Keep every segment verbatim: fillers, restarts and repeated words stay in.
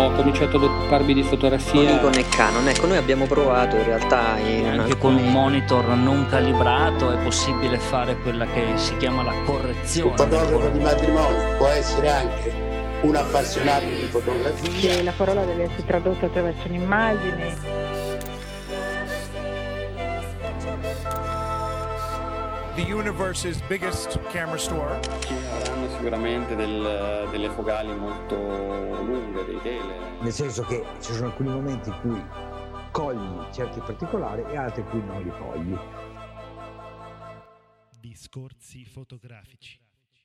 ho cominciato ad occuparmi di fotografia. Nikon e Canon, ecco, noi abbiamo provato in realtà in anche alcuni... con un monitor non calibrato è possibile fare quella che si chiama la correzione. Un fotografo di matrimonio può essere anche un appassionato di fotografia. E la parola deve essere tradotta attraverso un'immagine. The universe's biggest camera store. Ci avranno sicuramente del, delle focali molto lunghe, dei tele. Nel senso che ci sono alcuni momenti in cui cogli certi particolari e altri in cui non li cogli. Discorsi fotografici.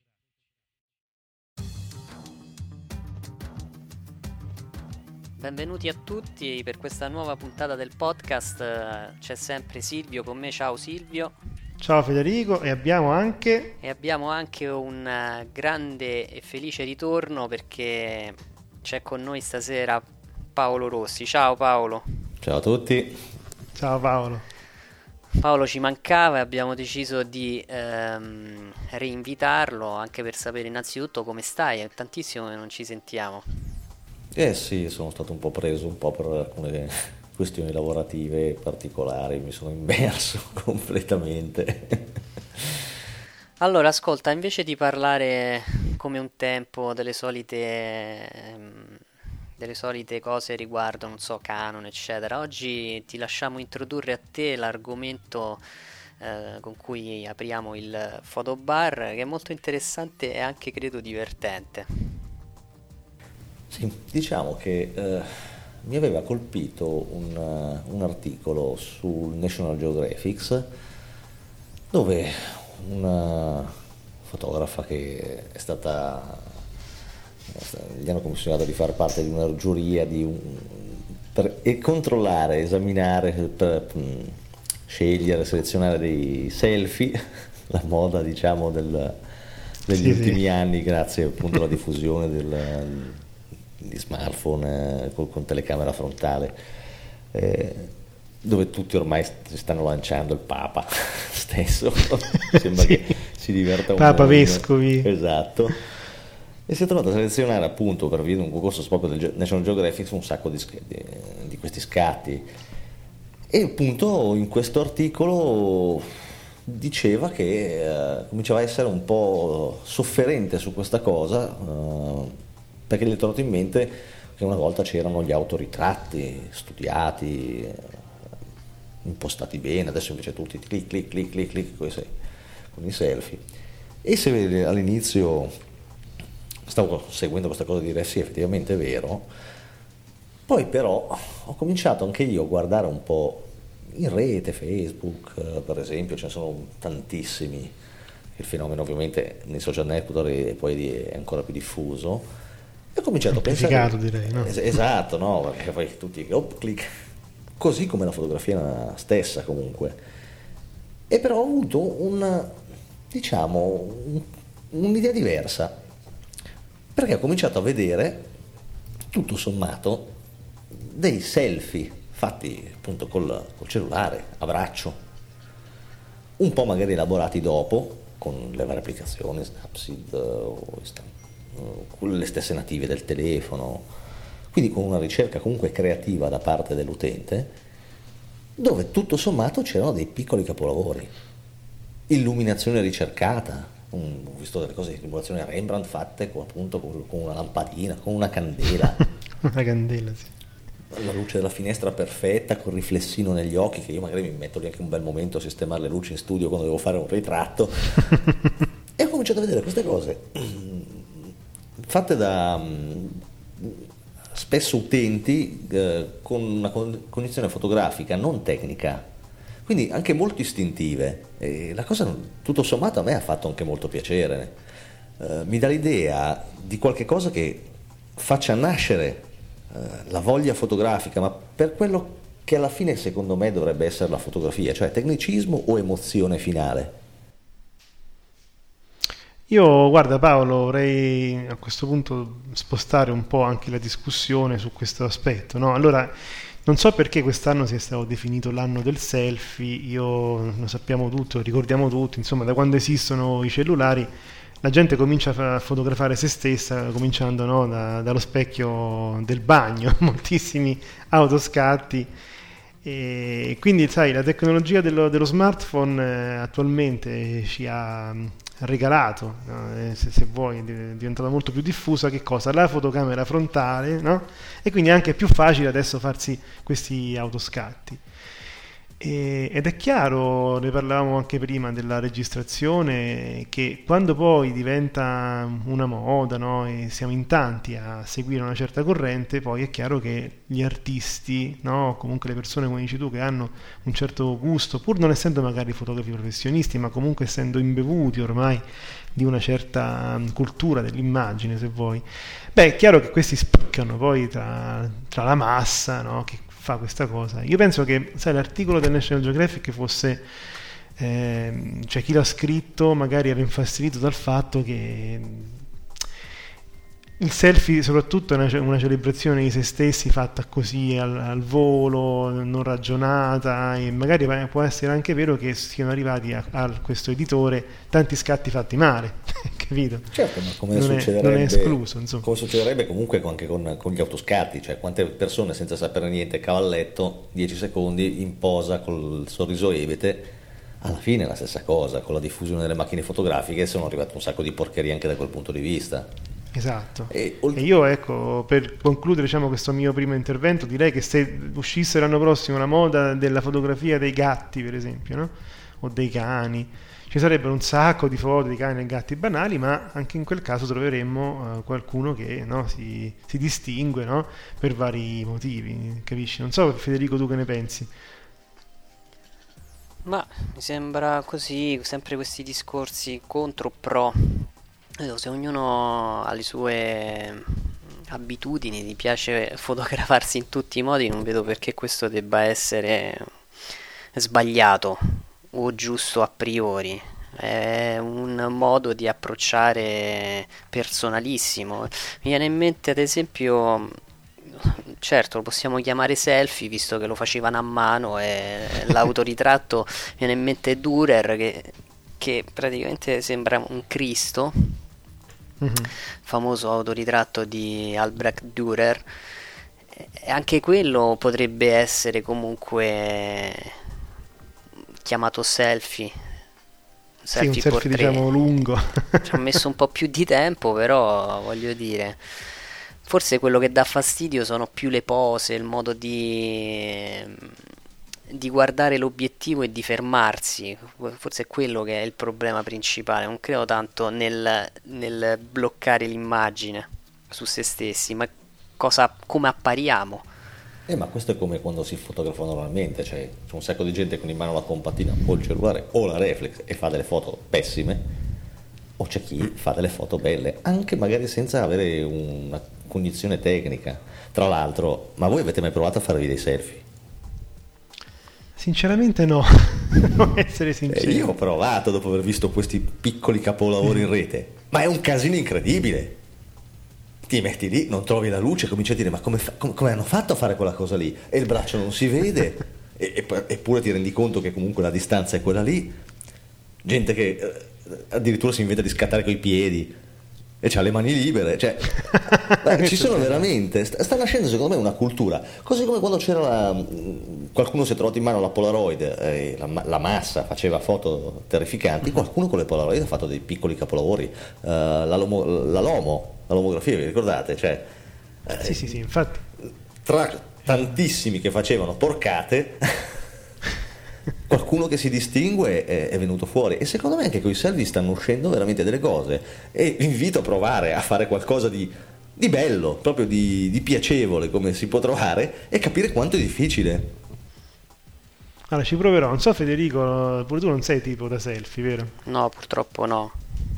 Benvenuti a tutti per questa nuova puntata del podcast. C'è sempre Silvio con me. Ciao Silvio. Ciao Federico, e abbiamo anche E abbiamo anche un grande e felice ritorno perché c'è con noi stasera Paolo Rossi. Ciao Paolo. Ciao a tutti. Ciao Paolo. Paolo ci mancava e abbiamo deciso di ehm, reinvitarlo anche per sapere innanzitutto come stai. È tantissimo che non ci sentiamo. Eh sì, sono stato un po' preso un po' per alcune questioni lavorative particolari, mi sono immerso completamente. Allora, ascolta, invece di parlare come un tempo delle solite ehm, delle solite cose riguardo, non so, Canon, eccetera, oggi ti lasciamo introdurre a te l'argomento eh, con cui apriamo il fotobar, che è molto interessante e anche credo divertente. Sì, diciamo che eh, mi aveva colpito un, uh, un articolo sul National Geographic dove una fotografa che è stata, gli hanno commissionato di far parte di una giuria di un, per e controllare, esaminare, per, per scegliere, selezionare dei selfie, la moda diciamo del, degli sì, ultimi sì. anni, grazie appunto alla diffusione del di smartphone eh, con, con telecamera frontale, eh, dove tutti ormai si stanno lanciando il Papa stesso, sembra sì. che si diverta un Papa mondo. Vescovi. Esatto. E si è trovato a selezionare appunto per via di un concorso proprio del National Geographic un sacco di, di, di questi scatti, e appunto in questo articolo diceva che eh, cominciava a essere un po' sofferente su questa cosa, eh, perché gli è tornato in mente che una volta c'erano gli autoritratti studiati, impostati bene, adesso invece tutti clic clic clic clic clic con i, con i selfie. E se all'inizio stavo seguendo questa cosa di dire sì, effettivamente è vero, poi però ho cominciato anche io a guardare un po' in rete, Facebook per esempio, ce ne sono tantissimi, il fenomeno ovviamente nei social network poi è ancora più diffuso. E ho cominciato a pensare, direi, no? es- esatto, no, perché poi tutti oh, clic, così come la fotografia stessa comunque. E però ho avuto un, diciamo, un, un'idea diversa, perché ho cominciato a vedere tutto sommato dei selfie fatti appunto col, col cellulare a braccio, un po' magari elaborati dopo con le varie applicazioni, Snapseed o Instagram, le stesse native del telefono, quindi con una ricerca comunque creativa da parte dell'utente, dove tutto sommato c'erano dei piccoli capolavori, illuminazione ricercata, un, ho visto delle cose di illuminazione Rembrandt fatte con, appunto con, con una lampadina, con una candela una candela, sì. La luce della finestra perfetta, col riflessino negli occhi, che io magari mi metto lì anche un bel momento a sistemare le luci in studio quando devo fare un ritratto e ho cominciato a vedere queste cose fatte da um, spesso utenti eh, con una cognizione fotografica non tecnica, quindi anche molto istintive, e la cosa tutto sommato a me ha fatto anche molto piacere, eh, mi dà l'idea di qualche cosa che faccia nascere eh, la voglia fotografica, ma per quello che alla fine secondo me dovrebbe essere la fotografia, cioè tecnicismo o emozione finale. Io, guarda Paolo, vorrei a questo punto spostare un po' anche la discussione su questo aspetto, no? Allora, non so perché quest'anno sia stato definito l'anno del selfie, io lo sappiamo tutti, lo ricordiamo tutti, insomma, da quando esistono i cellulari la gente comincia a fotografare se stessa, cominciando, no, da, dallo specchio del bagno, moltissimi autoscatti. E quindi, sai, la tecnologia dello, dello smartphone eh, attualmente ci ha regalato, no? eh, se, se vuoi, è diventata molto più diffusa, che cosa? La fotocamera frontale, no? E quindi è anche più facile adesso farsi questi autoscatti. E, ed è chiaro, ne parlavamo anche prima della registrazione, che quando poi diventa una moda, no, e siamo in tanti a seguire una certa corrente, poi è chiaro che gli artisti, no, comunque le persone, come dici tu, che hanno un certo gusto, pur non essendo magari fotografi professionisti, ma comunque essendo imbevuti ormai di una certa cultura dell'immagine, se vuoi, beh, è chiaro che questi spiccano poi tra, tra la massa, no, che fa questa cosa. Io penso che, sai, l'articolo del National Geographic fosse, eh, cioè chi l'ha scritto magari era infastidito dal fatto che il selfie soprattutto è una, una celebrazione di se stessi fatta così al, al volo, non ragionata, e magari può essere anche vero che siano arrivati a, a questo editore tanti scatti fatti male, capito? Certo, ma come non, succederebbe, è, non è escluso, insomma. Come succederebbe comunque anche con, con gli autoscatti, cioè quante persone senza sapere niente, cavalletto, dieci secondi in posa col sorriso ebete. Alla fine è la stessa cosa, con la diffusione delle macchine fotografiche sono arrivate un sacco di porcherie anche da quel punto di vista. Esatto. E, e io, ecco, per concludere, diciamo, questo mio primo intervento, direi che se uscisse l'anno prossimo la moda della fotografia dei gatti, per esempio, no? O dei cani, ci sarebbero un sacco di foto di cani e gatti banali, ma anche in quel caso troveremmo uh, qualcuno che, no, si, si distingue, no? Per vari motivi, capisci? Non so, Federico, tu che ne pensi? Ma mi sembra così, sempre questi discorsi contro pro. Se ognuno ha le sue abitudini, gli piace fotografarsi in tutti i modi, non vedo perché questo debba essere sbagliato o giusto a priori. È un modo di approcciare personalissimo. Mi viene in mente, ad esempio, certo lo possiamo chiamare selfie visto che lo facevano a mano, e l'autoritratto viene in mente Dürer che, che praticamente sembra un Cristo. Mm-hmm. Famoso autoritratto di Albrecht Dürer, e anche quello potrebbe essere comunque chiamato selfie. Selfie, sì, un selfie diciamo lungo. Ci ha messo un po' più di tempo, però voglio dire, forse quello che dà fastidio sono più le pose, il modo di di guardare l'obiettivo e di fermarsi. Forse è quello che è il problema principale. Non credo tanto nel, nel bloccare l'immagine su se stessi, ma cosa, come appariamo. Eh, ma questo è come quando si fotografa normalmente, cioè c'è un sacco di gente con in mano la compattina o il cellulare o la reflex e fa delle foto pessime, o c'è chi fa delle foto belle, anche magari senza avere una cognizione tecnica. Tra l'altro, ma voi avete mai provato a farvi dei selfie? Sinceramente no, devo essere sincero. Eh, io ho provato dopo aver visto questi piccoli capolavori in rete, ma è un casino incredibile. Ti metti lì, non trovi la luce, cominci a dire ma come, fa- com- come hanno fatto a fare quella cosa lì? E il braccio non si vede, e- e- eppure ti rendi conto che comunque la distanza è quella lì. Gente che eh, addirittura si inventa di scattare coi piedi e c'ha le mani libere, cioè beh, ci sono veramente, sta, sta nascendo secondo me una cultura, così come quando c'era la, qualcuno si è trovato in mano la Polaroid e la, la massa faceva foto terrificanti, qualcuno con le Polaroid ha fatto dei piccoli capolavori, uh, la, lomo, la Lomo, la lomografia, vi ricordate? Cioè, eh, sì sì sì, infatti tra tantissimi che facevano porcate qualcuno che si distingue è, è venuto fuori, e secondo me anche con i selfie stanno uscendo veramente delle cose, e vi invito a provare a fare qualcosa di, di bello, proprio di, di piacevole, come si può trovare, e capire quanto è difficile. Allora ci proverò. Non so, Federico, pure tu non sei tipo da selfie, vero? No, purtroppo no.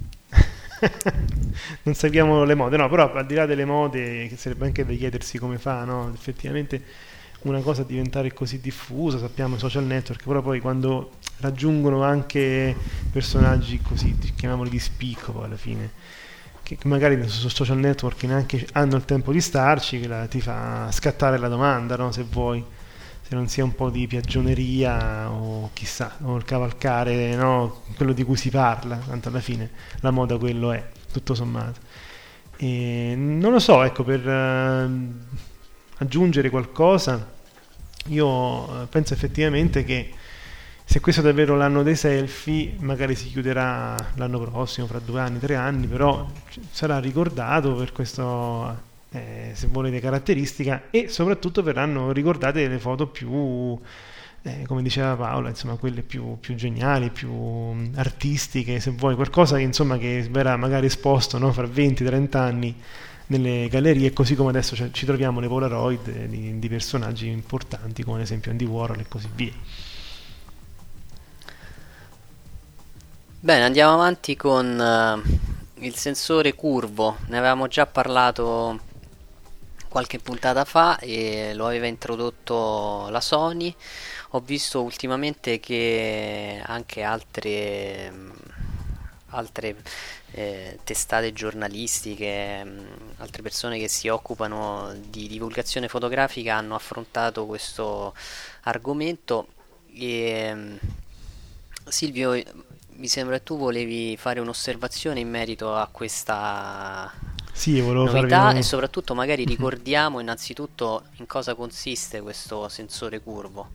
Non seguiamo le mode, no, però al di là delle mode, che sarebbe anche da chiedersi come fa, no? Effettivamente una cosa diventare così diffusa, sappiamo, i social network, però poi quando raggiungono anche personaggi così, chiamiamoli di spicco poi alla fine, che magari su social network neanche hanno il tempo di starci, che la, ti fa scattare la domanda, no? Se vuoi, se se non sia un po' di piagioneria o chissà, o il cavalcare, no? Quello di cui si parla, tanto alla fine la moda quello è, tutto sommato. E non lo so, ecco, per uh, aggiungere qualcosa, io penso effettivamente che se questo è davvero l'anno dei selfie, magari si chiuderà l'anno prossimo, fra due anni, tre anni, però sarà ricordato per questo... Eh, se volete caratteristica, e soprattutto verranno ricordate le foto più eh, come diceva Paola, insomma quelle più, più geniali, più um, artistiche, se vuoi, qualcosa che insomma che verrà magari esposto, no, fra venti trenta anni nelle gallerie, così come adesso cioè, ci troviamo le Polaroid di, di personaggi importanti come ad esempio Andy Warhol e così via. Bene, andiamo avanti con uh, il sensore curvo. Ne avevamo già parlato qualche puntata fa e lo aveva introdotto la Sony. Ho visto ultimamente che anche altre altre eh, testate giornalistiche, mh, altre persone che si occupano di divulgazione fotografica hanno affrontato questo argomento. E mh, Silvio, mi sembra che tu volevi fare un'osservazione in merito a questa sì, volevo novità farvi... e soprattutto magari ricordiamo innanzitutto in cosa consiste questo sensore curvo.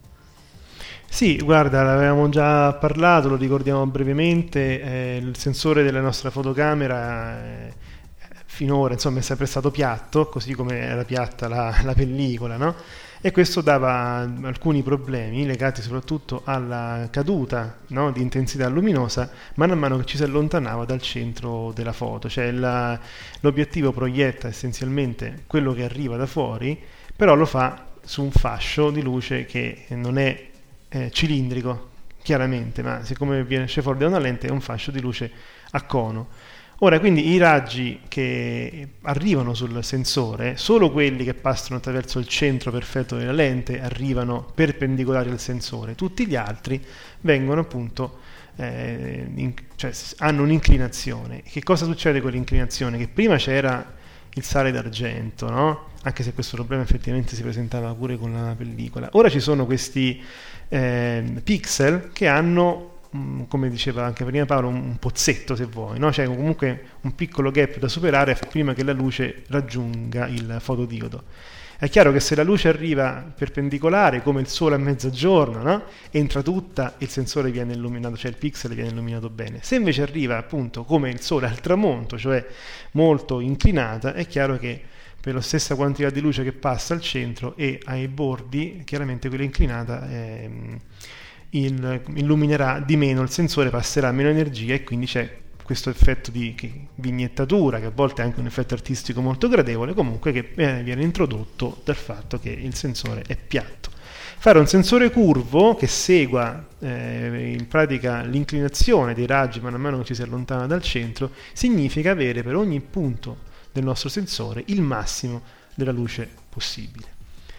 Sì, guarda, l'avevamo già parlato, lo ricordiamo brevemente, eh, il sensore della nostra fotocamera eh, finora insomma è sempre stato piatto, così come era piatta la, la pellicola, no? E questo dava alcuni problemi legati soprattutto alla caduta, no, di intensità luminosa man mano che ci si allontanava dal centro della foto, cioè la, l'obiettivo proietta essenzialmente quello che arriva da fuori, però lo fa su un fascio di luce che non è eh, cilindrico chiaramente, ma siccome viene esce fuori da una lente è un fascio di luce a cono. Ora, quindi i raggi che arrivano sul sensore, solo quelli che passano attraverso il centro perfetto della lente arrivano perpendicolari al sensore, tutti gli altri vengono appunto, eh, in, cioè hanno un'inclinazione. Che cosa succede con l'inclinazione? Che prima c'era il sale d'argento, no? Anche se questo problema effettivamente si presentava pure con la pellicola. Ora ci sono questi eh, pixel che hanno, come diceva anche prima Paolo, un pozzetto se vuoi, no? Cioè comunque un piccolo gap da superare prima che la luce raggiunga il fotodiodo. È chiaro che se la luce arriva perpendicolare come il sole a mezzogiorno, no? Entra tutta, il sensore viene illuminato, cioè il pixel viene illuminato bene. Se invece arriva appunto come il sole al tramonto, cioè molto inclinata, è chiaro che per la stessa quantità di luce che passa al centro e ai bordi, chiaramente quella inclinata ehm, Il, illuminerà di meno il sensore, passerà meno energia e quindi c'è questo effetto di che, vignettatura, che a volte è anche un effetto artistico molto gradevole, comunque che eh, viene introdotto dal fatto che il sensore è piatto. Fare un sensore curvo che segua eh, in pratica l'inclinazione dei raggi man mano che ci si allontana dal centro significa avere per ogni punto del nostro sensore il massimo della luce possibile.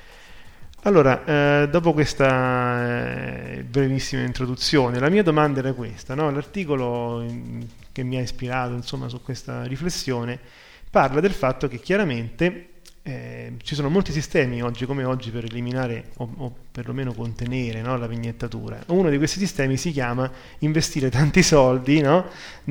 Allora, eh, dopo questa eh, brevissima introduzione, la mia domanda era questa, no? L'articolo in, che mi ha ispirato insomma su questa riflessione parla del fatto che chiaramente eh, ci sono molti sistemi oggi come oggi per eliminare o, o perlomeno contenere, no, la vignettatura. Uno di questi sistemi si chiama investire tanti soldi, no,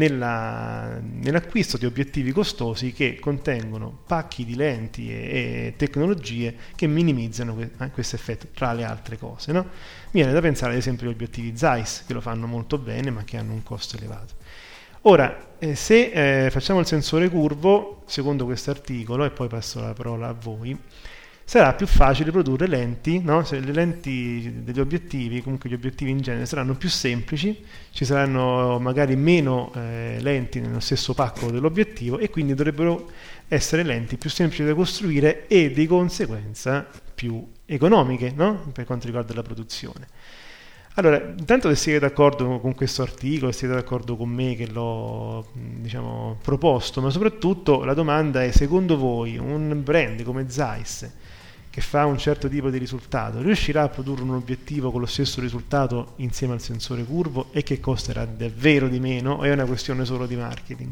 nella, nell'acquisto di obiettivi costosi che contengono pacchi di lenti e, e tecnologie che minimizzano que- questo effetto, tra le altre cose, no? Mi viene da pensare ad esempio agli obiettivi Zeiss, che lo fanno molto bene ma che hanno un costo elevato. Ora, eh, se eh, facciamo il sensore curvo, secondo questo articolo, e poi passo la parola a voi, sarà più facile produrre lenti, no? Se le lenti degli obiettivi, comunque gli obiettivi in genere, saranno più semplici, ci saranno magari meno eh, lenti nello stesso pacco dell'obiettivo e quindi dovrebbero essere lenti più semplici da costruire e di conseguenza più economiche, no? Per quanto riguarda la produzione. Allora, intanto se siete d'accordo con questo articolo, se siete d'accordo con me che l'ho, diciamo, proposto, ma soprattutto la domanda è: secondo voi un brand come Zeiss, che fa un certo tipo di risultato, riuscirà a produrre un obiettivo con lo stesso risultato insieme al sensore curvo e che costerà davvero di meno, o è una questione solo di marketing?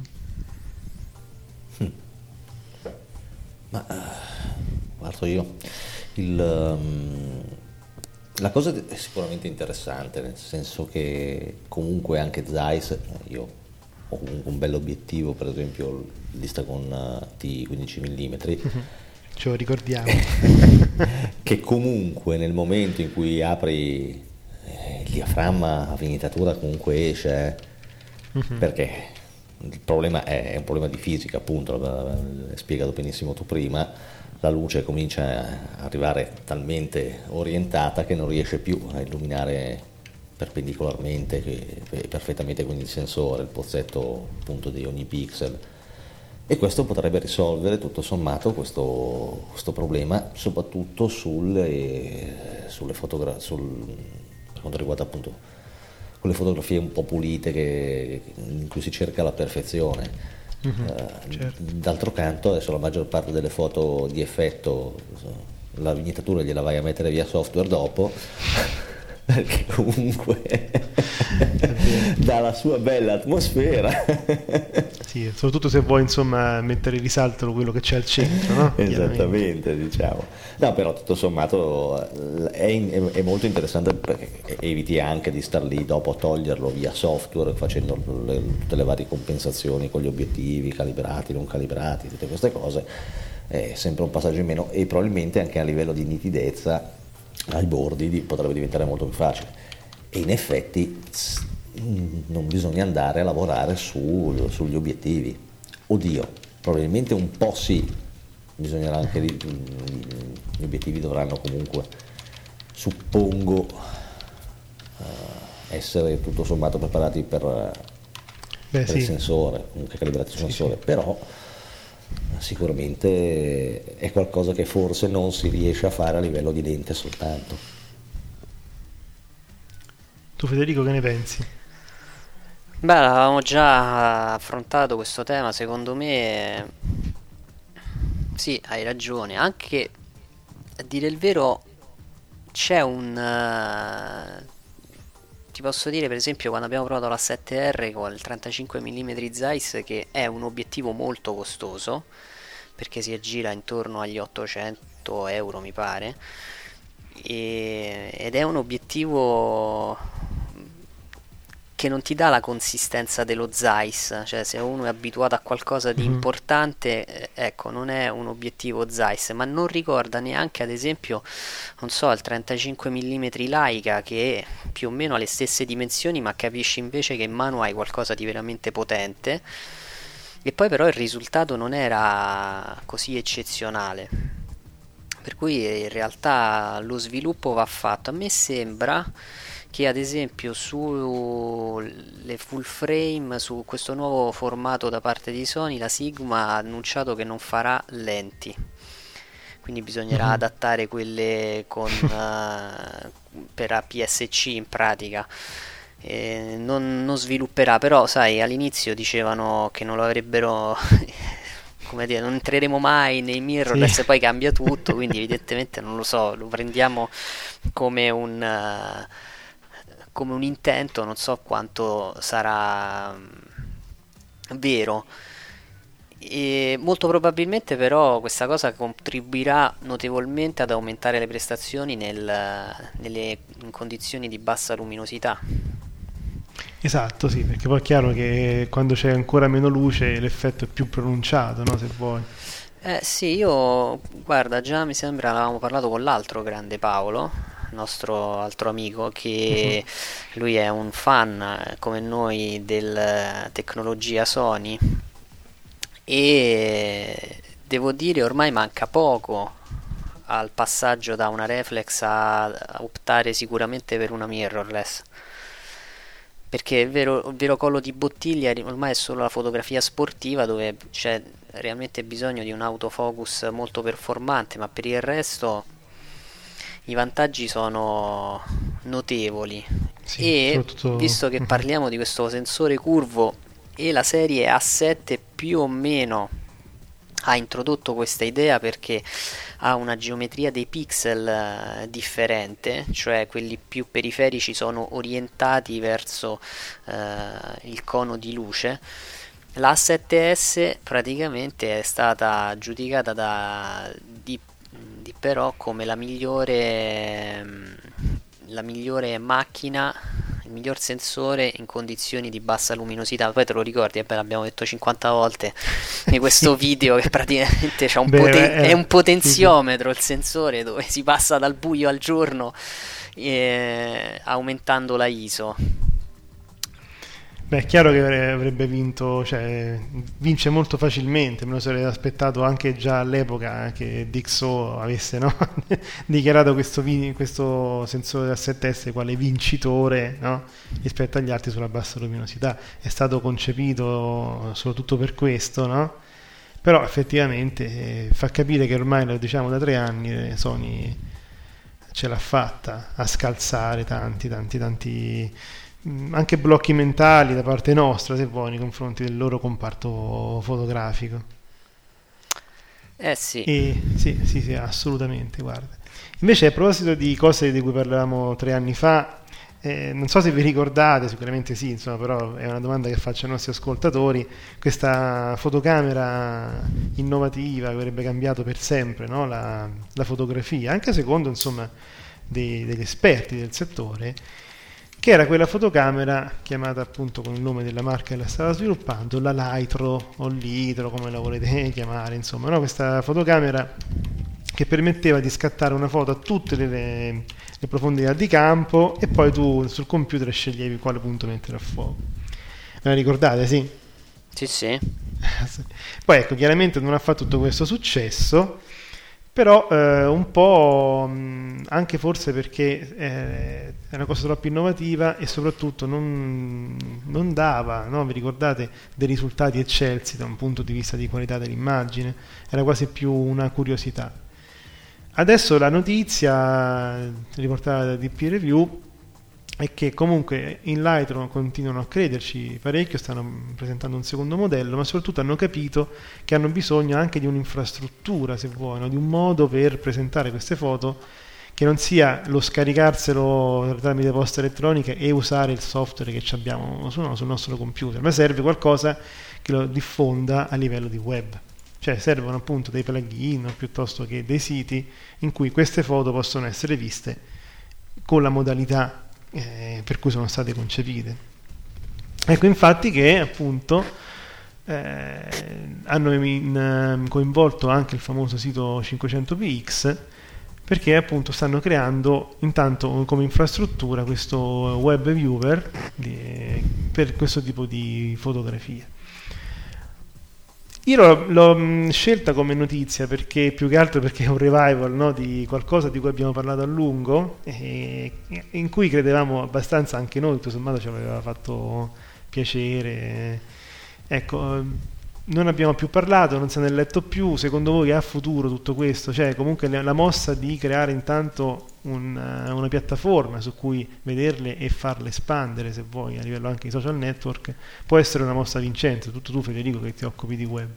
Hmm. Ma uh, parto io. Il... Um... La cosa è sicuramente interessante, nel senso che comunque anche Zeiss, io ho comunque un bell'obiettivo, per esempio il Instacon T quindici millimetri, ce lo ricordiamo, che comunque nel momento in cui apri eh, il diaframma a vinitatura comunque esce, uh-huh. perché il problema è, è un problema di fisica, appunto, l'hai spiegato benissimo tu prima. La luce comincia a arrivare talmente orientata che non riesce più a illuminare perpendicolarmente e perfettamente, quindi il sensore, il pozzetto appunto di ogni pixel, e questo potrebbe risolvere tutto sommato questo, questo problema, soprattutto sulle, sulle fotografie, sul, per quanto riguarda appunto quelle fotografie un po' pulite che, in cui si cerca la perfezione. Uh-huh, uh, certo. D'altro canto adesso la maggior parte delle foto di effetto, la vignetatura gliela vai a mettere via software dopo, perché comunque dà la sua bella atmosfera. Sì, soprattutto se vuoi insomma mettere in risalto quello che c'è al centro, no? Esattamente, diciamo. No, però tutto sommato è, è molto interessante, perché eviti anche di star lì dopo a toglierlo via software, facendo le, tutte le varie compensazioni con gli obiettivi calibrati, non calibrati, tutte queste cose. È sempre un passaggio in meno, e probabilmente anche a livello di nitidezza ai bordi potrebbe diventare molto più facile, e in effetti non bisogna andare a lavorare su, sugli obiettivi. Oddio, probabilmente un po' sì, bisognerà anche gli obiettivi dovranno comunque, suppongo, essere tutto sommato preparati per, Beh, per sì. il sensore, comunque calibrati sul sì, sensore, sì. Però sicuramente è qualcosa che forse non si riesce a fare a livello di lente soltanto. Tu Federico che ne pensi? Beh, avevamo già affrontato questo tema, secondo me sì, hai ragione, anche a dire il vero c'è un... Uh, ti posso dire per esempio quando abbiamo provato la sette R con il trentacinque millimetri Zeiss, che è un obiettivo molto costoso perché si aggira intorno agli ottocento euro mi pare, e, ed è un obiettivo che non ti dà la consistenza dello Zeiss, cioè se uno è abituato a qualcosa di mm-hmm. importante, eh, ecco, non è un obiettivo Zeiss, ma non ricorda neanche ad esempio, non so, il trentacinque millimetri Leica, che più o meno ha le stesse dimensioni, ma capisci invece che in mano hai qualcosa di veramente potente, e poi però il risultato non era così eccezionale, per cui in realtà lo sviluppo va fatto. A me sembra che ad esempio sulle full frame, su questo nuovo formato da parte di Sony, la Sigma ha annunciato che non farà lenti, quindi bisognerà mm-hmm. adattare quelle con uh, per A P S C in pratica. Eh, non, non svilupperà, però sai, all'inizio dicevano che non lo avrebbero come dire, non entreremo mai nei mirrorless, sì. E poi cambia tutto, quindi evidentemente non lo so, lo prendiamo come un uh, come un intento, non so quanto sarà um, vero, e molto probabilmente però questa cosa contribuirà notevolmente ad aumentare le prestazioni nel, nelle in condizioni di bassa luminosità. Esatto, sì, perché poi è chiaro che quando c'è ancora meno luce l'effetto è più pronunciato, no? Se vuoi. Eh sì, io guarda, già mi sembra avevamo parlato con l'altro grande Paolo, nostro altro amico, che uh-huh. lui è un fan come noi del tecnologia Sony, e devo dire ormai manca poco al passaggio da una reflex a, a optare sicuramente per una mirrorless, perché il vero, il vero collo di bottiglia ormai è solo la fotografia sportiva, dove c'è realmente bisogno di un autofocus molto performante, ma per il resto i vantaggi sono notevoli. Sì, e soprattutto... visto che parliamo di questo sensore curvo, e la serie A sette più o meno ha introdotto questa idea, perché ha una geometria dei pixel eh, differente, cioè quelli più periferici sono orientati verso eh, il cono di luce. La A sette S praticamente è stata giudicata da di, di però come la migliore la migliore macchina, il miglior sensore in condizioni di bassa luminosità. Poi te lo ricordi, eh, beh, l'abbiamo detto cinquanta volte di questo video che praticamente c'è un Beh, poten- eh, è un potenziometro il sensore dove si passa dal buio al giorno, eh, aumentando la I S O. Beh, è chiaro che avrebbe vinto, cioè vince molto facilmente, me lo sarei aspettato anche già all'epoca che D X O avesse, no? dichiarato questo, vi- questo sensore da sette S quale vincitore, no? rispetto agli altri sulla bassa luminosità. È stato concepito soprattutto per questo, no? Però effettivamente eh, fa capire che ormai, lo diciamo da tre anni, eh, Sony ce l'ha fatta a scalzare tanti, tanti, tanti... anche blocchi mentali da parte nostra, se vuoi, nei confronti del loro comparto fotografico. Eh sì. E, sì, sì, sì, assolutamente, guarda. Invece, a proposito di cose di cui parlavamo tre anni fa, eh, non so se vi ricordate, sicuramente sì, insomma, però è una domanda che faccio ai nostri ascoltatori, questa fotocamera innovativa che avrebbe cambiato per sempre, no? la, la fotografia, anche secondo, insomma, dei, degli esperti del settore, che era quella fotocamera chiamata appunto con il nome della marca che la stava sviluppando, la Lytro o Litro, come la volete chiamare, insomma, no? Questa fotocamera che permetteva di scattare una foto a tutte le, le profondità di campo e poi tu sul computer sceglievi quale punto mettere a fuoco. Me la ricordate, sì? Sì, sì. Poi ecco, chiaramente non ha fatto tutto questo successo, però eh, un po' mh, anche forse perché eh, è una cosa troppo innovativa e soprattutto non, non dava, no? Vi ricordate, dei risultati eccelsi da un punto di vista di qualità dell'immagine, era quasi più una curiosità. Adesso la notizia riportata da D P Review è che comunque in Lightroom continuano a crederci parecchio, stanno presentando un secondo modello, ma soprattutto hanno capito che hanno bisogno anche di un'infrastruttura, se vuoi, no? Di un modo per presentare queste foto che non sia lo scaricarselo tramite posta elettronica e usare il software che abbiamo sul nostro computer, ma serve qualcosa che lo diffonda a livello di web. Cioè servono appunto dei plugin piuttosto che dei siti in cui queste foto possono essere viste con la modalità eh, per cui sono state concepite. Ecco infatti che appunto eh, hanno in, uh, coinvolto anche il famoso sito cinquecento p x, perché appunto stanno creando intanto come infrastruttura questo web viewer di, per questo tipo di fotografie. Io l'ho, l'ho scelta come notizia perché più che altro perché è un revival, no, di qualcosa di cui abbiamo parlato a lungo e in cui credevamo abbastanza anche noi, tutto sommato ci aveva fatto piacere. Ecco, non abbiamo più parlato, non se ne è letto più. Secondo voi ha futuro tutto questo? Cioè comunque la mossa di creare intanto un, una piattaforma su cui vederle e farle espandere, se vuoi, a livello anche di social network, può essere una mossa vincente. Tutto tu, Federico, che ti occupi di web.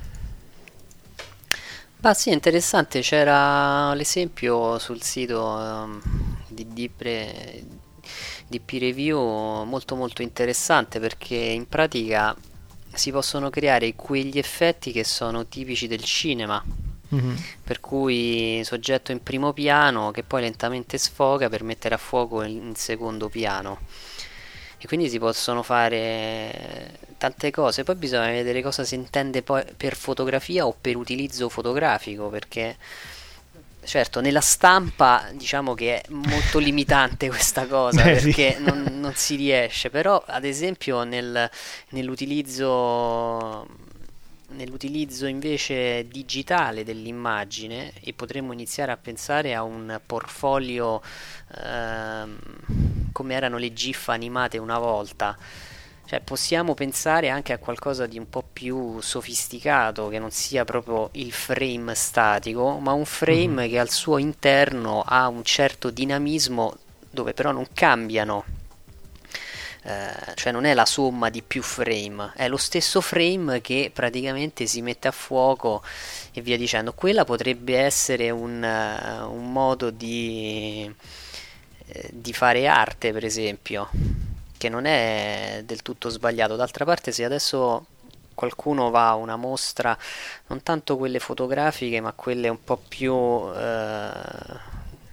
Ma sì, interessante, c'era l'esempio sul sito um, di Dipre, D P Review molto molto interessante, perché in pratica si possono creare quegli effetti che sono tipici del cinema, mm-hmm. per cui soggetto in primo piano che poi lentamente sfoga per mettere a fuoco in secondo piano, e quindi si possono fare tante cose. Poi bisogna vedere cosa si intende poi per fotografia o per utilizzo fotografico, perché certo nella stampa diciamo che è molto limitante questa cosa, Beh, perché sì. non, non si riesce, però ad esempio nel, nell'utilizzo nell'utilizzo invece digitale dell'immagine, e potremmo iniziare a pensare a un portfolio ehm, come erano le GIF animate una volta. Cioè possiamo pensare anche a qualcosa di un po' più sofisticato, che non sia proprio il frame statico, ma un frame mm-hmm. che al suo interno ha un certo dinamismo, dove però non cambiano, eh, cioè non è la somma di più frame, è lo stesso frame che praticamente si mette a fuoco e via dicendo. Quella potrebbe essere un, uh, un modo di, eh, di fare arte, per esempio, che non è del tutto sbagliato. D'altra parte, se adesso qualcuno va a una mostra, non tanto quelle fotografiche ma quelle un po' più eh,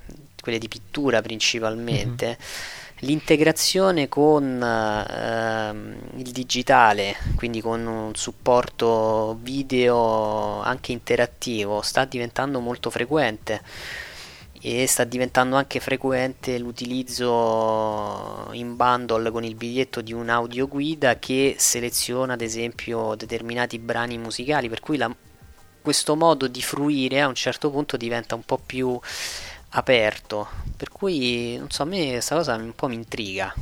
quelle di pittura principalmente, mm-hmm. l'integrazione con ehm, il digitale, quindi con un supporto video anche interattivo, sta diventando molto frequente. E sta diventando anche frequente l'utilizzo in bundle con il biglietto di un'audioguida che seleziona ad esempio determinati brani musicali, per cui la, questo modo di fruire a un certo punto diventa un po' più aperto, per cui non so, a me questa cosa un po' mi intriga.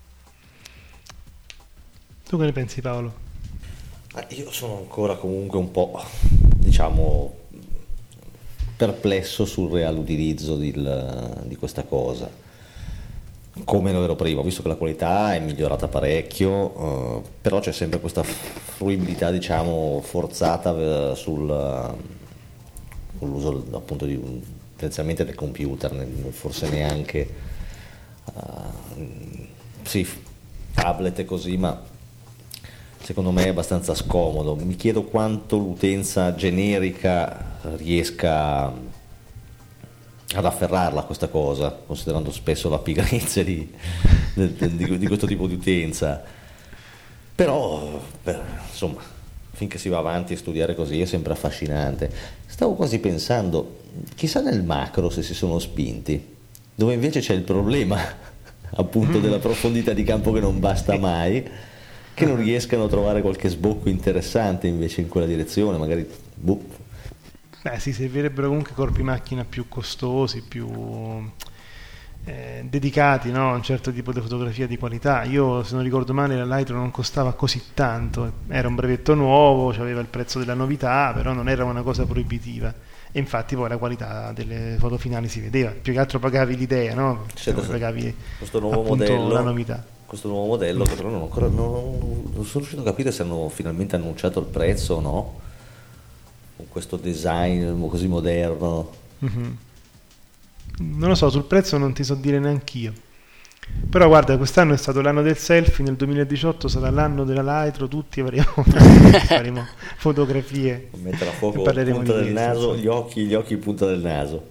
Tu che ne pensi, Paolo? Io sono ancora comunque un po', diciamo, perplesso sul reale utilizzo di, di questa cosa, come lo ero prima, visto che la qualità è migliorata parecchio, eh, però c'è sempre questa fruibilità, diciamo, forzata sul, sull'uso appunto di un, tendenzialmente del computer, forse neanche uh, sì, tablet e così, ma secondo me è abbastanza scomodo. Mi chiedo quanto l'utenza generica riesca ad afferrarla questa cosa, considerando spesso la pigrizia di, di, di, di questo tipo di utenza. Però beh, insomma, finché si va avanti a studiare così è sempre affascinante. Stavo quasi pensando, chissà nel macro se si sono spinti, dove invece c'è il problema appunto della profondità di campo che non basta mai, che non riescano a trovare qualche sbocco interessante invece in quella direzione, magari boh. Beh, si servirebbero comunque corpi macchina più costosi, più eh, dedicati, no? A un certo tipo di fotografia di qualità. Io, se non ricordo male, la Lightroom non costava così tanto, era un brevetto nuovo, aveva il prezzo della novità, però non era una cosa proibitiva. E infatti poi la qualità delle foto finali si vedeva, più che altro pagavi l'idea, no? C'è questo, pagavi questo nuovo appunto modello, la novità. Questo nuovo modello che però non, ancora, non, non sono riuscito a capire se hanno finalmente annunciato il prezzo o no, con questo design così moderno. Mm-hmm. Non lo so, sul prezzo non ti so dire neanch'io, però guarda, quest'anno è stato l'anno del selfie, nel duemiladiciotto sarà l'anno della Lightroom, tutti avremo faremo fotografie, mettere a fuoco punta del questo, naso, gli occhi, gli occhi punta del naso.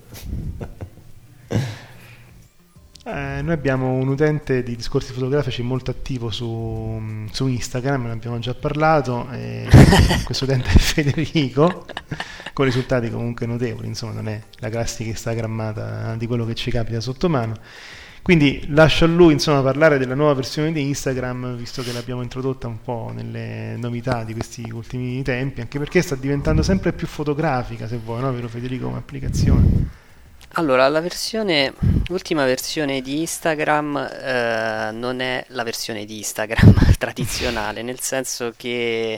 Eh, noi abbiamo un utente di discorsi fotografici molto attivo su, su Instagram, ne abbiamo già parlato, e questo utente è Federico, con risultati comunque notevoli, insomma non è la classica instagrammata di quello che ci capita sotto mano, quindi lascio a lui insomma parlare della nuova versione di Instagram, visto che l'abbiamo introdotta un po' nelle novità di questi ultimi tempi, anche perché sta diventando sempre più fotografica, se vuoi, no, vero Federico, come applicazione? Allora, la versione, l'ultima versione di Instagram eh, non è la versione di Instagram tradizionale, nel senso che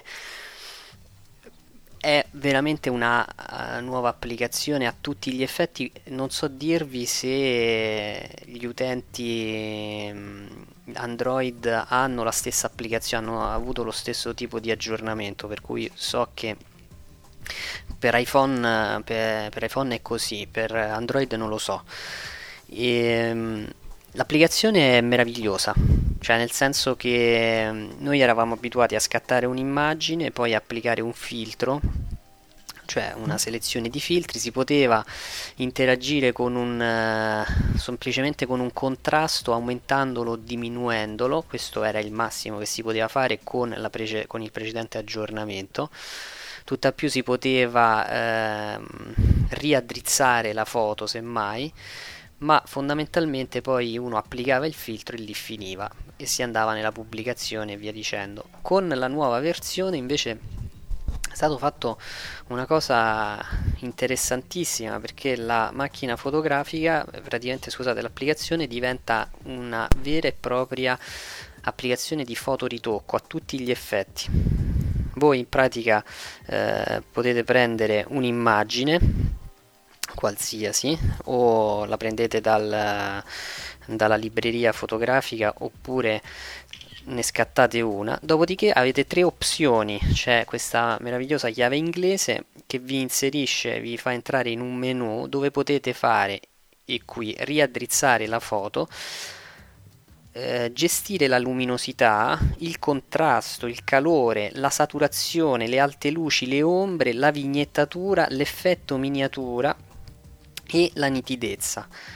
è veramente una uh, nuova applicazione a tutti gli effetti. Non so dirvi se gli utenti Android hanno la stessa applicazione, hanno avuto lo stesso tipo di aggiornamento, per cui so che per iPhone, per, per iPhone è così, per Android non lo so. E, l'applicazione è meravigliosa, cioè nel senso che noi eravamo abituati a scattare un'immagine, poi applicare un filtro, cioè una selezione di filtri, si poteva interagire con un uh, semplicemente con un contrasto, aumentandolo o diminuendolo. Questo era il massimo che si poteva fare con, la prece- con il precedente aggiornamento. Tutt'al più si poteva ehm, riaddrizzare la foto semmai, ma fondamentalmente poi uno applicava il filtro e lì finiva e si andava nella pubblicazione e via dicendo. Con la nuova versione invece è stato fatto una cosa interessantissima, perché la macchina fotografica, praticamente scusate, l'applicazione diventa una vera e propria applicazione di fotoritocco a tutti gli effetti. Voi in pratica eh, potete prendere un'immagine qualsiasi, o la prendete dal, dalla libreria fotografica oppure ne scattate una, dopodiché avete tre opzioni. C'è questa meravigliosa chiave inglese che vi inserisce, vi fa entrare in un menu dove potete fare, e qui riaddrizzare la foto, Eh, gestire la luminosità, il contrasto, il calore, la saturazione, le alte luci, le ombre, la vignettatura, l'effetto miniatura e la nitidezza.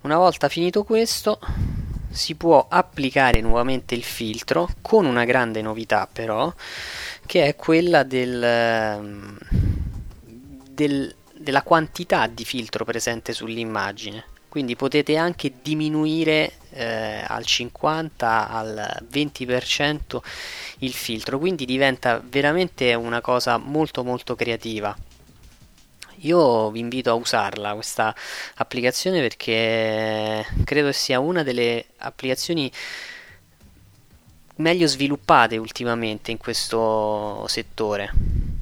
Una volta finito questo si può applicare nuovamente il filtro, con una grande novità però, che è quella del, del, della quantità di filtro presente sull'immagine. Quindi potete anche diminuire eh, al cinquanta, al venti per cento il filtro, quindi diventa veramente una cosa molto molto creativa. Io vi invito a usarla questa applicazione, perché credo sia una delle applicazioni meglio sviluppate ultimamente in questo settore.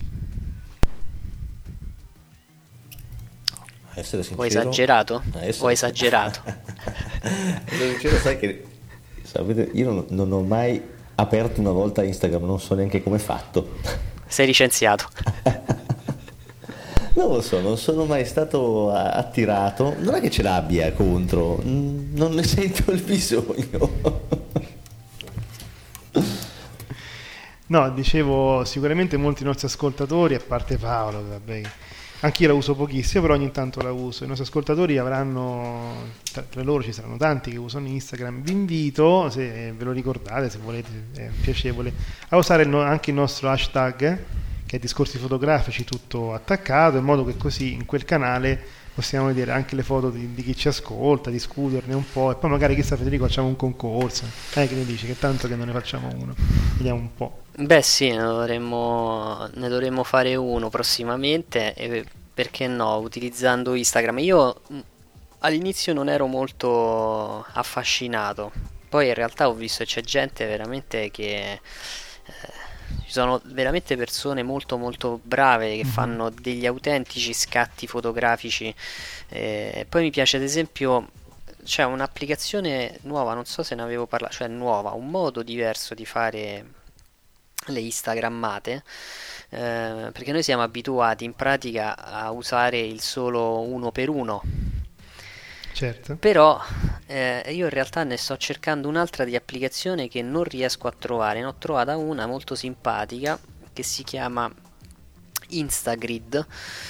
Essere sincero, Ho esagerato? essere... Ho esagerato. Essere sincero, sai che sapete, io non, non ho mai aperto una volta Instagram, non so neanche come è fatto. Sei licenziato. Non lo so, non sono mai stato attirato, non è che ce l'abbia contro, non ne sento il bisogno. No, dicevo, sicuramente molti nostri ascoltatori, a parte Paolo, vabbè, anche io la uso pochissimo, però ogni tanto la uso. I nostri ascoltatori avranno, tra, tra loro ci saranno tanti che usano Instagram. Vi invito, se ve lo ricordate, se volete, è piacevole, a usare il no, anche il nostro hashtag, che è Discorsi Fotografici, tutto attaccato, in modo che così in quel canale possiamo vedere anche le foto di, di chi ci ascolta, discuterne un po', e poi magari, chissà, Federico, facciamo un concorso. Eh, che ne dici? Che tanto che non ne facciamo uno, vediamo un po'. Beh sì, ne dovremmo, ne dovremmo fare uno prossimamente, e perché no, utilizzando Instagram. Io all'inizio non ero molto affascinato, poi in realtà ho visto che c'è gente veramente che... Eh, ci sono veramente persone molto molto brave che mm-hmm. fanno degli autentici scatti fotografici. Eh, poi mi piace, ad esempio, c'è un'applicazione nuova, non so se ne avevo parlato, cioè nuova, un modo diverso di fare le instagrammate, eh, perché noi siamo abituati in pratica a usare il solo uno per uno. Certo. Però eh, io in realtà ne sto cercando un'altra di applicazione che non riesco a trovare. Ne ho trovata una molto simpatica che si chiama Instagrid.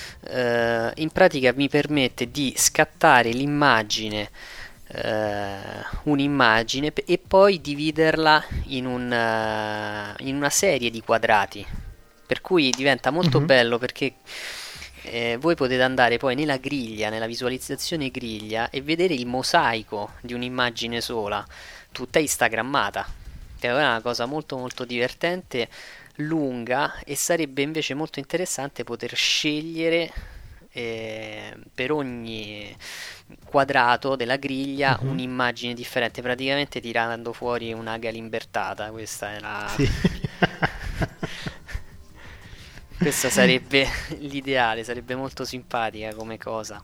Eh, in pratica mi permette di scattare l'immagine, eh, un'immagine, e poi dividerla in, un, uh, in una serie di quadrati, per cui diventa molto mm-hmm. bello, perché Eh, voi potete andare poi nella griglia, nella visualizzazione griglia, e vedere il mosaico di un'immagine sola, tutta instagrammata, che è una cosa molto molto divertente, lunga, e sarebbe invece molto interessante poter scegliere eh, per ogni quadrato della griglia uh-huh. un'immagine differente, praticamente tirando fuori una galimbertata. Questa è la... Sì. Questa sarebbe l'ideale, sarebbe molto simpatica come cosa.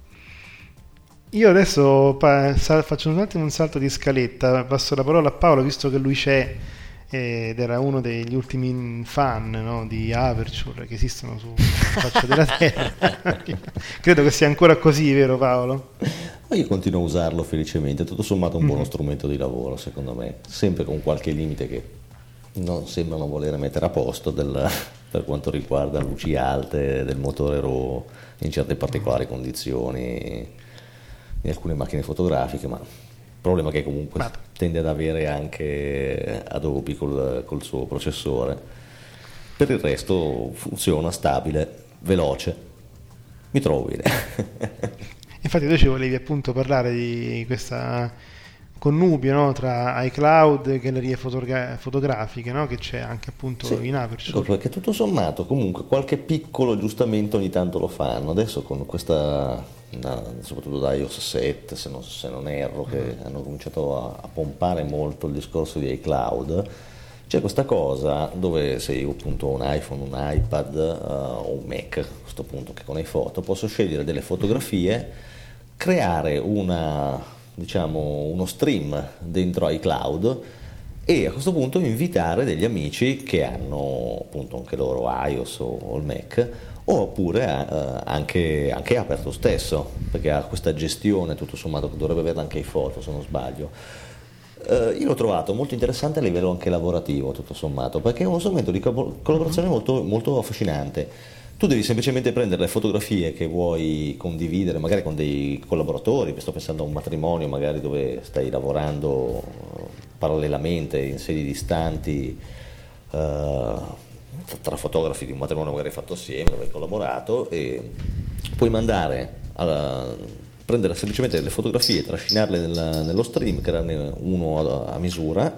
Io adesso pa- faccio un attimo un salto di scaletta, passo la parola a Paolo, visto che lui c'è ed era uno degli ultimi fan, no, di Aperture che esistono sulla faccia della terra. Credo che sia ancora così, vero Paolo? Ma io continuo a usarlo felicemente, tutto sommato un mm-hmm. buono strumento di lavoro, secondo me, sempre con qualche limite che non sembrano volere mettere a posto del, per quanto riguarda luci alte del motore RAW in certe particolari condizioni in alcune macchine fotografiche, ma problema che comunque ma... tende ad avere anche Adobe col, col suo processore. Per il resto funziona, stabile, veloce, mi trovo bene. Infatti tu ci volevi appunto parlare di questa connubio, no, tra iCloud e gallerie fotogra- fotografiche, no, che c'è anche appunto sì, in Aperture. Perché tutto sommato comunque qualche piccolo aggiustamento ogni tanto lo fanno. Adesso con questa, da, soprattutto da iOS sette, se non, se non erro, che mm. hanno cominciato a, a pompare molto il discorso di iCloud, c'è questa cosa dove se io appunto ho un iPhone, un iPad uh, o un Mac a questo punto, che con iPhoto posso scegliere delle fotografie, creare una diciamo uno stream dentro iCloud e a questo punto invitare degli amici che hanno appunto anche loro iOS o, o il Mac, oppure eh, anche, anche Aperture stesso, perché ha questa gestione tutto sommato che dovrebbe avere anche iPhoto se non sbaglio. Eh, io l'ho trovato molto interessante a livello anche lavorativo tutto sommato, perché è uno strumento di co- collaborazione molto, molto affascinante. Tu devi semplicemente prendere le fotografie che vuoi condividere, magari con dei collaboratori, sto pensando a un matrimonio magari dove stai lavorando parallelamente in sedi distanti, eh, tra fotografi di un matrimonio magari fatto assieme, dove hai collaborato, e puoi mandare, alla, prendere semplicemente le fotografie, trascinarle nel, nello stream, crearne uno a, a misura,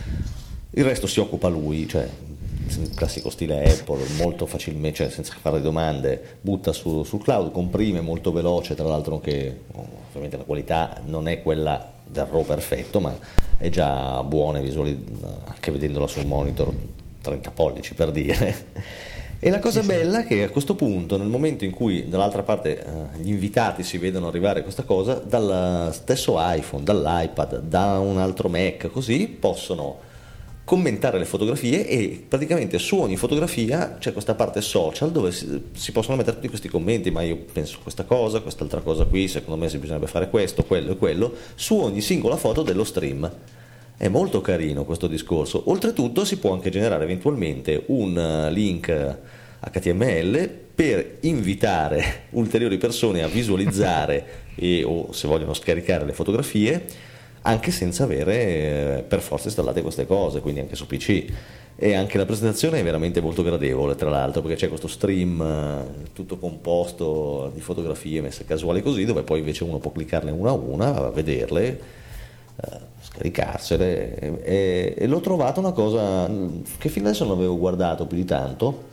il resto si occupa lui, cioè il classico stile Apple, molto facilmente, cioè senza fare domande, butta su, sul cloud, comprime molto veloce, tra l'altro che ovviamente la qualità non è quella del RAW perfetto, ma è già buona visuali, anche vedendola sul monitor trenta pollici per dire. E la cosa sì, bella è che a questo punto, nel momento in cui dall'altra parte eh, gli invitati si vedono arrivare questa cosa, dal stesso iPhone, dall'iPad, da un altro Mac, così possono commentare le fotografie, e praticamente su ogni fotografia c'è questa parte social dove si, si possono mettere tutti questi commenti: ma io penso questa cosa, quest'altra cosa qui, secondo me si bisognerebbe fare questo, quello e quello, su ogni singola foto dello stream. È molto carino questo discorso. Oltretutto si può anche generare eventualmente un link H T M L per invitare ulteriori persone a visualizzare e o se vogliono scaricare le fotografie, anche senza avere eh, per forza installate queste cose, quindi anche su P C. E anche la presentazione è veramente molto gradevole, tra l'altro, perché c'è questo stream eh, tutto composto di fotografie messe casuali così, dove poi invece uno può cliccarne una a una, vederle, eh, scaricarsele, e, e, e l'ho trovata una cosa che fino adesso non avevo guardato più di tanto,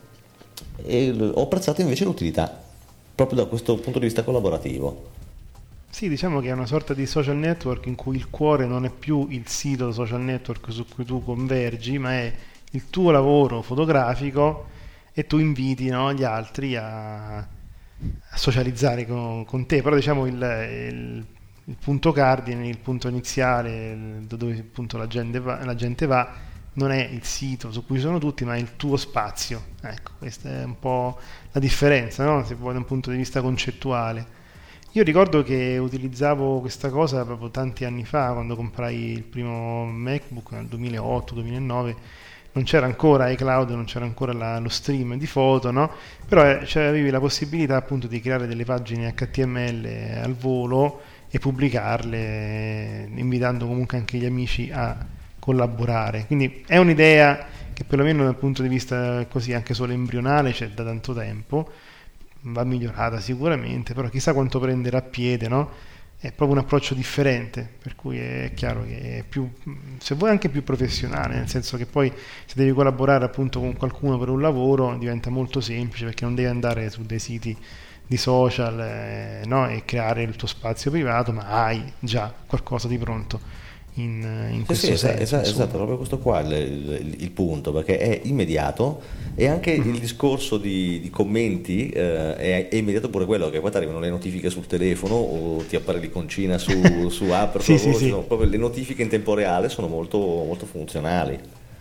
e ho apprezzato invece l'utilità proprio da questo punto di vista collaborativo. Sì, diciamo che è una sorta di social network in cui il cuore non è più il sito social network su cui tu convergi, ma è il tuo lavoro fotografico, e tu inviti, no, gli altri a, a socializzare con, con te. Però diciamo il, il, il punto cardine, il punto iniziale, il, dove appunto la gente va, la gente va, non è il sito su cui sono tutti, ma è il tuo spazio. Ecco, questa è un po' la differenza, no? Se vuoi, da un punto di vista concettuale. Io ricordo che utilizzavo questa cosa proprio tanti anni fa, quando comprai il primo MacBook nel duemilaotto duemilanove. Non c'era ancora iCloud, non c'era ancora la, lo stream di foto, no? Però eh, cioè, avevi la possibilità appunto di creare delle pagine H T M L al volo e pubblicarle, invitando comunque anche gli amici a collaborare. Quindi è un'idea che perlomeno dal punto di vista così anche solo embrionale c'è da tanto tempo, va migliorata sicuramente, però chissà quanto prenderà piede, no? È proprio un approccio differente, per cui è chiaro che è più, se vuoi, anche più professionale, nel senso che poi se devi collaborare appunto con qualcuno per un lavoro diventa molto semplice, perché non devi andare su dei siti di social eh, no? e creare il tuo spazio privato, ma hai già qualcosa di pronto in, in questo sì, sì, senso. Esatto, esatto, proprio questo qua è il, il, il punto, perché è immediato, e anche mm-hmm. il discorso di, di commenti eh, è, è immediato pure quello, che poi ti arrivano le notifiche sul telefono o ti appare l'iconcina su, su app, sì, sì, sì. No, proprio le notifiche in tempo reale sono molto, molto funzionali.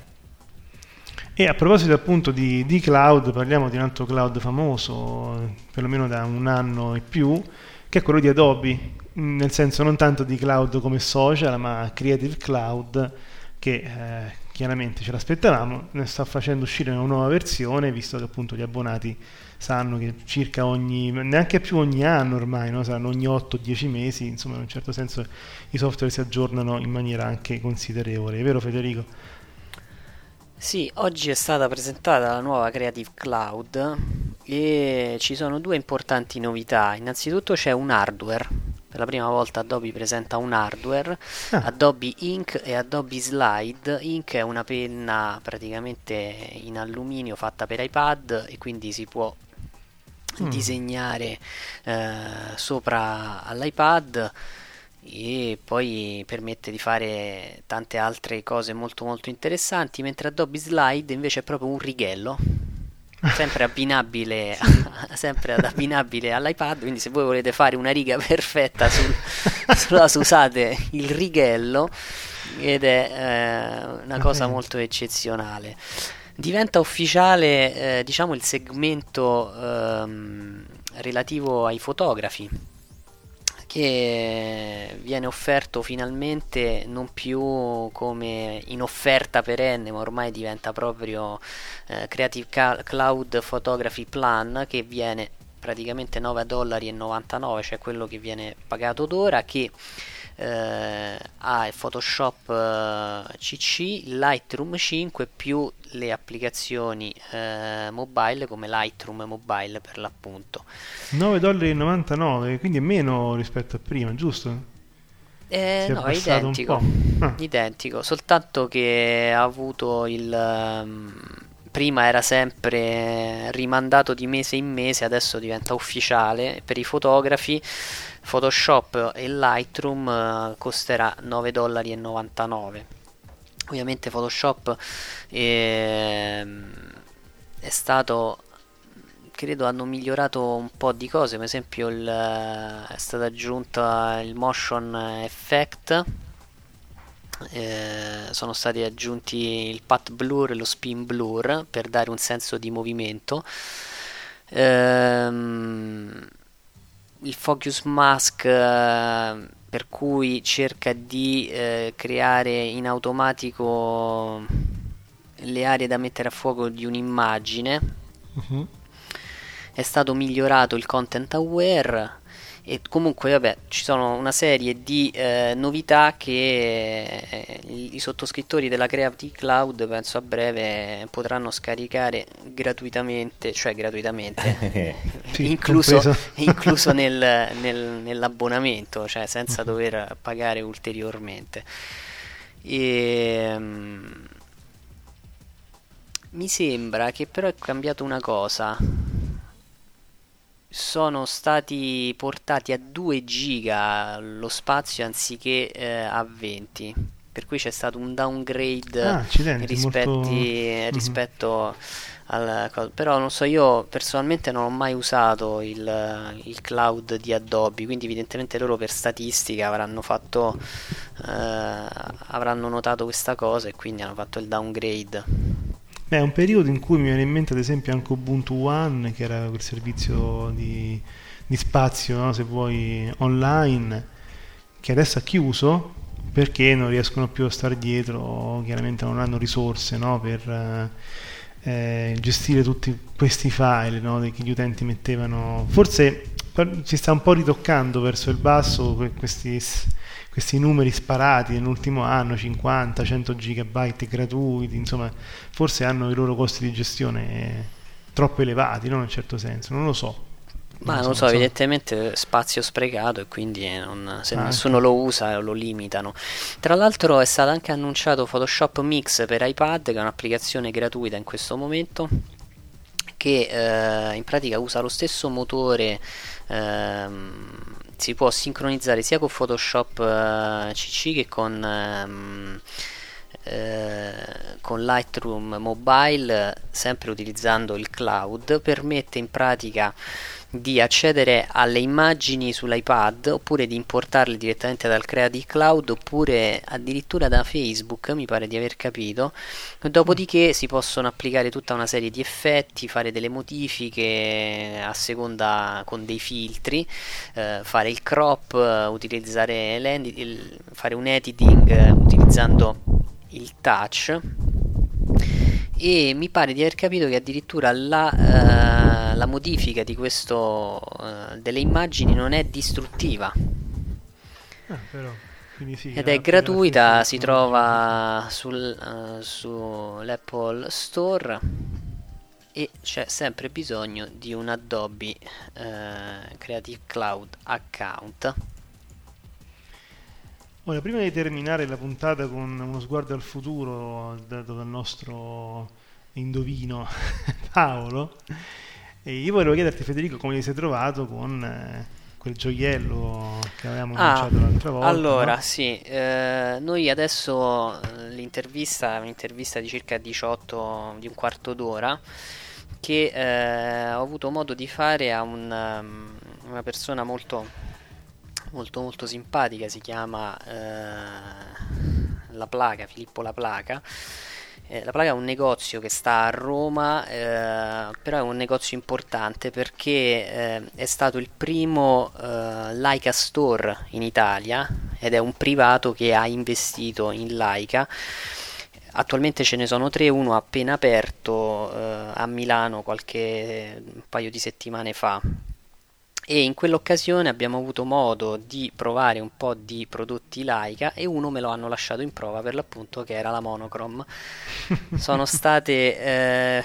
E a proposito appunto di, di cloud, parliamo di un altro cloud famoso, perlomeno da un anno e più, che è quello di Adobe, nel senso non tanto di cloud come social, ma Creative Cloud, che eh, chiaramente ce l'aspettavamo. Ne sta facendo uscire una nuova versione, visto che appunto gli abbonati sanno che circa ogni, neanche più ogni anno ormai, no? Saranno ogni otto dieci mesi, insomma in un certo senso i software si aggiornano in maniera anche considerevole, è vero Federico? Sì, oggi è stata presentata la nuova Creative Cloud e ci sono due importanti novità. Innanzitutto c'è un hardware. Per la prima volta Adobe presenta un hardware, ah. Adobe Ink e Adobe Slide. Ink è una penna praticamente in alluminio fatta per iPad, e quindi si può mm. disegnare eh, sopra all'iPad, e poi permette di fare tante altre cose molto molto interessanti, mentre Adobe Slide invece è proprio un righello sempre abbinabile a, sempre ad abbinabile all'iPad, quindi se voi volete fare una riga perfetta sul, sulla, usate il righello, ed è eh, una cosa okay. molto eccezionale. Diventa ufficiale eh, diciamo il segmento ehm, relativo ai fotografi, che viene offerto finalmente non più come in offerta perenne, ma ormai diventa proprio eh, Creative Cloud Photography Plan, che viene praticamente nove dollari e novantanove, cioè quello che viene pagato d'ora, che eh, ha il Photoshop eh, C C, Lightroom cinque più le applicazioni eh, mobile come Lightroom Mobile per l'appunto. nove dollari e novantanove, quindi è meno rispetto a prima, giusto? Eh, no, è identico, ah. identico, soltanto che ha avuto il... Um, prima era sempre rimandato di mese in mese, adesso diventa ufficiale per i fotografi. Photoshop e Lightroom uh, costerà nove dollari e novantanove. Ovviamente Photoshop è, è stato, credo hanno migliorato un po' di cose, per esempio il, è stato aggiunto il motion effect, eh, sono stati aggiunti il path blur e lo spin blur per dare un senso di movimento. ehm, il focus mask, eh, per cui cerca di eh, creare in automatico le aree da mettere a fuoco di un'immagine. Uh-huh. È stato migliorato il content aware e comunque vabbè ci sono una serie di eh, novità che eh, i, i sottoscrittori della Creative Cloud penso a breve potranno scaricare gratuitamente, cioè gratuitamente sì, incluso, incluso nel, nel, nell'abbonamento, cioè senza dover pagare ulteriormente. E, um, mi sembra che però è cambiato una cosa, sono stati portati a due giga lo spazio anziché eh, a venti, per cui c'è stato un downgrade ah, rispetti, molto... rispetto mm-hmm. al, però non so, io personalmente non ho mai usato il, il cloud di Adobe, quindi evidentemente loro per statistica avranno fatto eh, avranno notato questa cosa e quindi hanno fatto il downgrade. Beh, è un periodo in cui mi viene in mente ad esempio anche Ubuntu One, che era quel servizio di, di spazio, no? Se vuoi, online, che adesso ha chiuso perché non riescono più a stare dietro, chiaramente non hanno risorse, no? Per eh, gestire tutti questi file, no? Che gli utenti mettevano. Forse si sta un po' ritoccando verso il basso questi... questi numeri sparati nell'ultimo anno, cinquanta cento gigabyte gratuiti, insomma forse hanno i loro costi di gestione troppo elevati, no? In un certo senso, non lo so. Ma non lo so, so, evidentemente spazio sprecato e quindi non, se ah, nessuno ecco. lo usa lo limitano. Tra l'altro è stato anche annunciato Photoshop Mix per iPad, che è un'applicazione gratuita in questo momento, che eh, in pratica usa lo stesso motore, ehm, si può sincronizzare sia con Photoshop uh, C C che con, um, eh, con Lightroom Mobile, sempre utilizzando il cloud. Permette in pratica di accedere alle immagini sull'iPad oppure di importarle direttamente dal Creative Cloud oppure addirittura da Facebook, mi pare di aver capito. Dopodiché si possono applicare tutta una serie di effetti, fare delle modifiche a seconda con dei filtri, eh, fare il crop, utilizzare il, fare un editing eh, utilizzando il touch. E mi pare di aver capito che addirittura la, uh, la modifica di questo uh, delle immagini non è distruttiva. Ah, però, sì, ed è gratuita, si trova sul, uh, sull'Apple Store e c'è sempre bisogno di un Adobe uh, Creative Cloud account. Ora, prima di terminare la puntata con uno sguardo al futuro dato dal nostro indovino Paolo, e io volevo chiederti, Federico, come ti sei trovato con eh, quel gioiello che avevamo ah, annunciato l'altra volta. Allora, no? sì, eh, noi adesso l'intervista è un'intervista di circa diciotto, di un quarto d'ora, che eh, ho avuto modo di fare a un, um, una persona molto molto molto simpatica, si chiama eh, La Placa, Filippo La Placa, Eh, la Plaga è un negozio che sta a Roma, eh, però è un negozio importante perché eh, è stato il primo eh, Leica Store in Italia ed è un privato che ha investito in Leica. Attualmente ce ne sono tre, uno appena aperto eh, a Milano qualche un paio di settimane fa. E in quell'occasione abbiamo avuto modo di provare un po' di prodotti Leica e uno me lo hanno lasciato in prova, per l'appunto, che era la Monochrome. Sono state eh,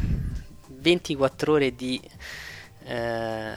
ventiquattro ore di eh,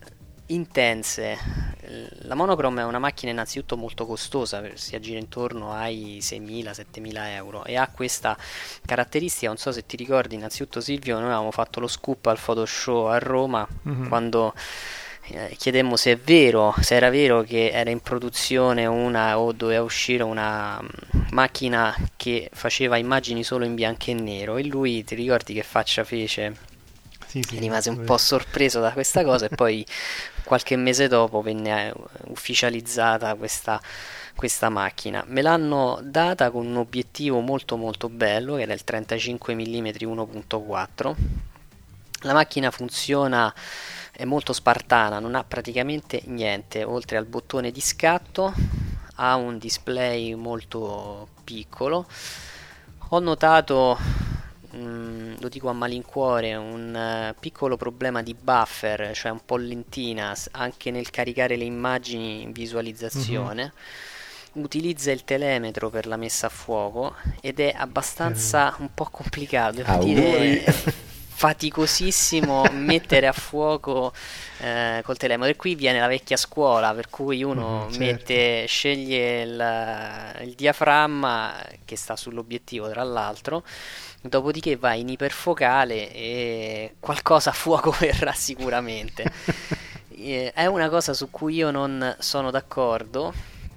intense. La Monochrome è una macchina innanzitutto molto costosa, si aggira intorno ai seimila settemila euro e ha questa caratteristica, non so se ti ricordi, innanzitutto Silvio, noi avevamo fatto lo scoop al Photoshow a Roma, mm-hmm. quando Eh, chiedemmo se è vero, se era vero che era in produzione una o doveva uscire una um, macchina che faceva immagini solo in bianco e nero, e lui, ti ricordi che faccia fece? Sì, sì, rimase un po' sorpreso da questa cosa e poi qualche mese dopo venne ufficializzata questa, questa macchina. Me l'hanno data con un obiettivo molto molto bello, che era il trentacinque millimetri uno punto quattro. La macchina funziona, è molto spartana, non ha praticamente niente oltre al bottone di scatto, ha un display molto piccolo. Ho notato, mh, lo dico a malincuore, un uh, piccolo problema di buffer, cioè un po' lentina anche nel caricare le immagini in visualizzazione. Mm-hmm. Utilizza il telemetro per la messa a fuoco ed è abbastanza un po' complicato, devo dire. Faticosissimo mettere a fuoco eh, col telemetro, e qui viene la vecchia scuola per cui uno mm, certo. mette, sceglie il, il diaframma che sta sull'obiettivo tra l'altro, dopodiché va in iperfocale e qualcosa a fuoco verrà sicuramente. eh, è una cosa su cui io non sono d'accordo,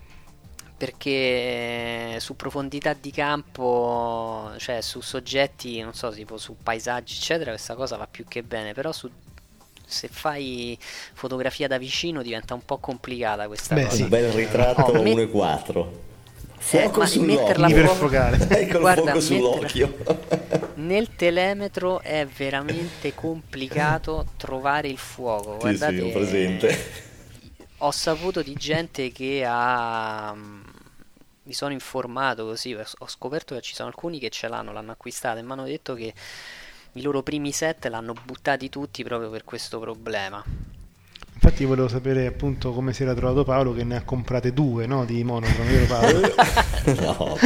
perché su profondità di campo, cioè su soggetti, non so, tipo su paesaggi eccetera, questa cosa va più che bene, però su, se fai fotografia da vicino diventa un po' complicata questa Beh, cosa. Sì. Un bel ritratto oh, uno virgola quattro. Fuoco eh, sull'occhio. Fuoco, ecco, guarda, fuoco sull'occhio. Nel telemetro è veramente complicato trovare il fuoco. Sì, Guardate, sì, ho presente. Ho saputo di gente che ha, mi sono informato così, ho scoperto che ci sono alcuni che ce l'hanno, l'hanno acquistata e mi hanno detto che i loro primi set l'hanno buttati tutti proprio per questo problema. Infatti volevo sapere appunto come si era trovato Paolo, che ne ha comprate due, no, di Monochrome, vero Paolo? No.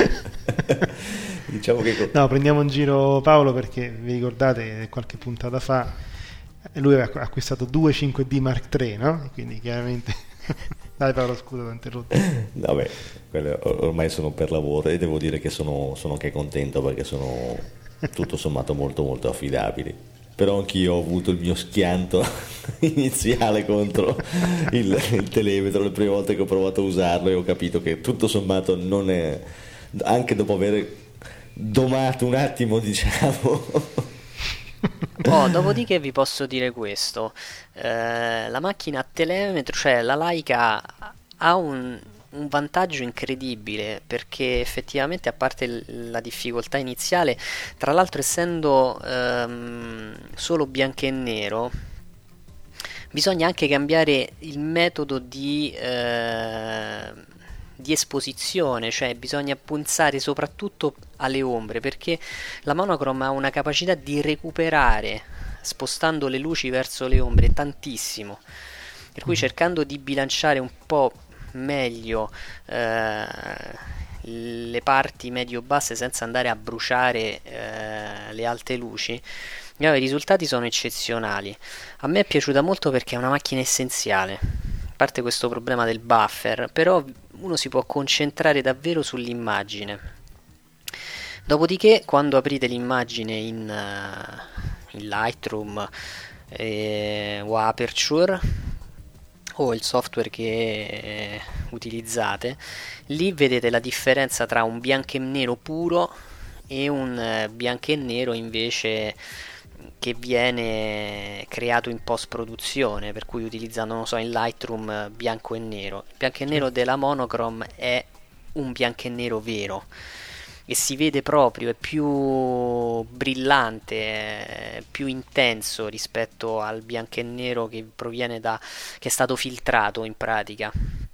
Diciamo che no, prendiamo in giro Paolo perché vi ricordate qualche puntata fa lui aveva acquistato due cinque D Mark tre, no? Quindi chiaramente dai Paolo, scusa, ti ho interrotto. Vabbè, quelle ormai sono per lavoro e devo dire che sono, sono anche contento perché sono tutto sommato molto molto affidabili. Però anch'io ho avuto il mio schianto iniziale contro il, il telemetro le prime volte che ho provato a usarlo, e ho capito che tutto sommato non è, anche dopo aver domato un attimo, diciamo. Oh, dopodiché vi posso dire questo, eh, la macchina a telemetro, cioè la Leica, ha un, un vantaggio incredibile, perché effettivamente, a parte l- la difficoltà iniziale, tra l'altro essendo ehm, solo bianco e nero, bisogna anche cambiare il metodo di... Eh, di esposizione, cioè bisogna punzare soprattutto alle ombre, perché la Monochrome ha una capacità di recuperare, spostando le luci verso le ombre, tantissimo, per cui cercando di bilanciare un po' meglio eh, le parti medio-basse senza andare a bruciare eh, le alte luci, i risultati sono eccezionali. A me è piaciuta molto perché è una macchina essenziale, a parte questo problema del buffer, però uno si può concentrare davvero sull'immagine. Dopodiché, quando aprite l'immagine in, uh, in Lightroom eh, o Aperture o il software che utilizzate, lì vedete la differenza tra un bianco e nero puro e un uh, bianco e nero invece che viene creato in post produzione, per cui utilizzando, non so, in Lightroom bianco e nero. Il bianco e nero della Monochrome è un bianco e nero vero, e si vede proprio, è più brillante, è più intenso rispetto al bianco e nero che proviene da, che è stato filtrato in pratica.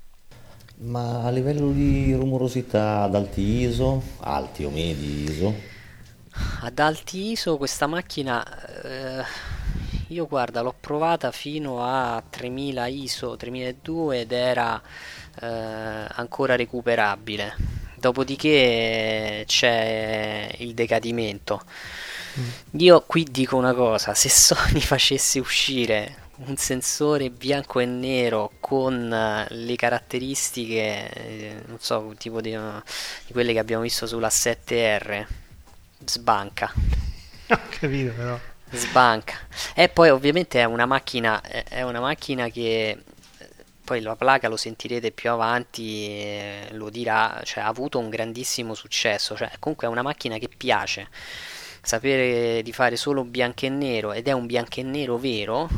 Ma a livello di rumorosità ad alti I S O, alti o medi I S O? Ad alti I S O questa macchina, eh, io guarda, l'ho provata fino a tremila I S O, tremiladuecento ed era eh, ancora recuperabile. Dopodiché c'è il decadimento. Mm. Io qui dico una cosa: se Sony facesse uscire un sensore bianco e nero con le caratteristiche, eh, non so, tipo di, uh, di quelle che abbiamo visto sulla sette R, sbanca. Ho capito, però. Sbanca. E poi ovviamente è una macchina, è una macchina che poi la placa, lo sentirete più avanti, eh, lo dirà, cioè ha avuto un grandissimo successo, cioè comunque è una macchina che piace. Sapere di fare solo bianco e nero, ed è un bianco e nero vero,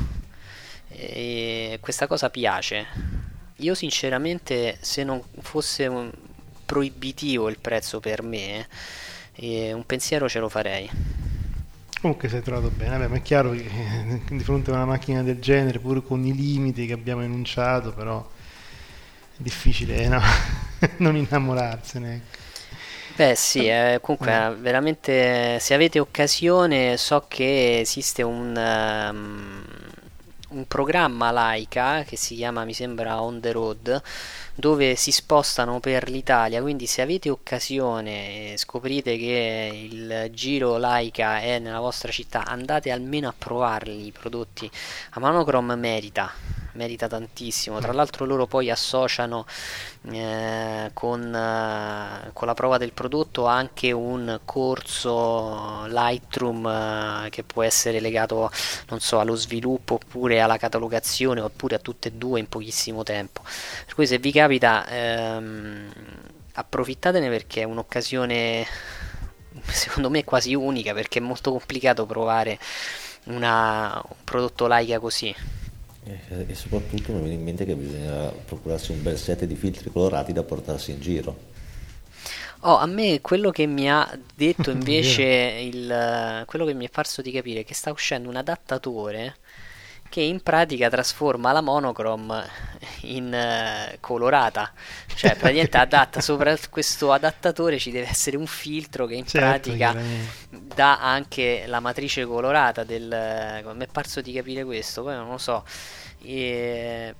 e questa cosa piace. Io sinceramente, se non fosse un proibitivo il prezzo per me, eh, un pensiero ce lo farei. Comunque sei trovato bene. Vabbè, ma è chiaro che di fronte a una macchina del genere, pur con i limiti che abbiamo enunciato, però è difficile, no? Non innamorarsene. Beh sì, eh, comunque eh. veramente, se avete occasione, so che esiste un... Um, un programma Leica che si chiama, mi sembra, On The Road, dove si spostano per l'Italia, quindi se avete occasione e scoprite che il giro Leica è nella vostra città, andate almeno a provarli i prodotti. A Monochrome merita merita tantissimo. Tra l'altro loro poi associano eh, con, eh, con la prova del prodotto anche un corso Lightroom eh, che può essere legato, non so, allo sviluppo oppure alla catalogazione, oppure a tutte e due in pochissimo tempo. Per cui se vi capita ehm, approfittatene, perché è un'occasione secondo me quasi unica, perché è molto complicato provare una, un prodotto Leica così. E, e soprattutto mi viene in mente che bisogna procurarsi un bel set di filtri colorati da portarsi in giro. Oh, a me quello che mi ha detto invece il, quello che mi è parso di capire è che sta uscendo un adattatore che in pratica trasforma la monochrome in uh, colorata, cioè praticamente adatta, sopra questo adattatore ci deve essere un filtro che in certo, pratica dà anche la matrice colorata del, uh, mi è parso di capire questo, poi non lo so, e...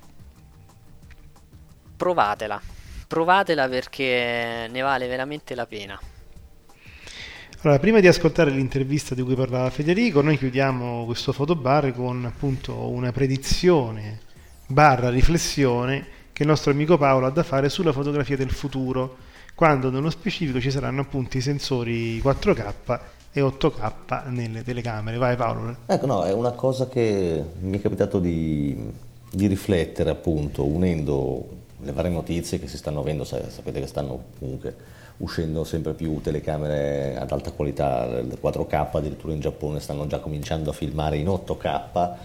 provatela provatela perché ne vale veramente la pena. Allora, prima di ascoltare l'intervista di cui parlava Federico, noi chiudiamo questo fotobar con appunto una predizione barra riflessione che il nostro amico Paolo ha da fare sulla fotografia del futuro, quando nello specifico ci saranno appunto i sensori quattro K e otto K nelle telecamere. Vai Paolo. Ecco, no, è una cosa che mi è capitato di, di riflettere, appunto, unendo le varie notizie che si stanno avendo. Sapete che stanno comunque uscendo sempre più telecamere ad alta qualità del quattro K, addirittura in Giappone stanno già cominciando a filmare in otto K,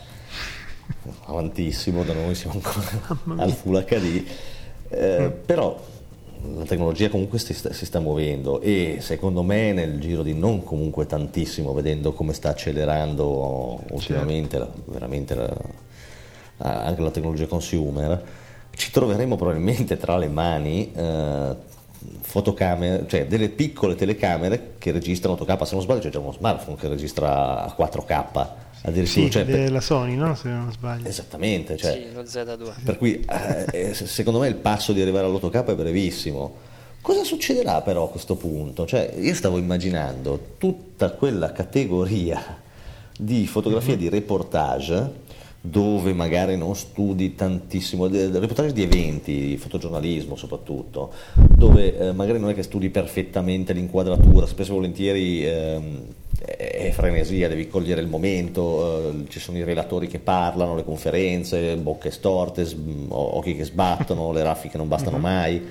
avantissimo, da noi siamo ancora al Full H D, eh, mm. però la tecnologia comunque si sta, si sta muovendo, e secondo me nel giro di non comunque tantissimo, vedendo come sta accelerando ultimamente la, veramente la, anche la tecnologia consumer, ci troveremo probabilmente tra le mani eh, fotocamere, cioè delle piccole telecamere che registrano otto K. Se non sbaglio c'è già uno smartphone che registra a quattro K addirittura, sì, cioè, della per... Sony, no? Se non sbaglio. Esattamente, cioè, sì, lo Z due. Per cui eh, secondo me il passo di arrivare all'otto K è brevissimo. Cosa succederà però a questo punto? Cioè, io stavo immaginando tutta quella categoria di fotografia mm-hmm. di reportage, dove magari non studi tantissimo, reportage di eventi, di fotogiornalismo soprattutto, dove eh, magari non è che studi perfettamente l'inquadratura, spesso e volentieri ehm, è frenesia, devi cogliere il momento, eh, ci sono i relatori che parlano, le conferenze, bocche storte, sb- occhi che sbattono, le raffiche non bastano mai,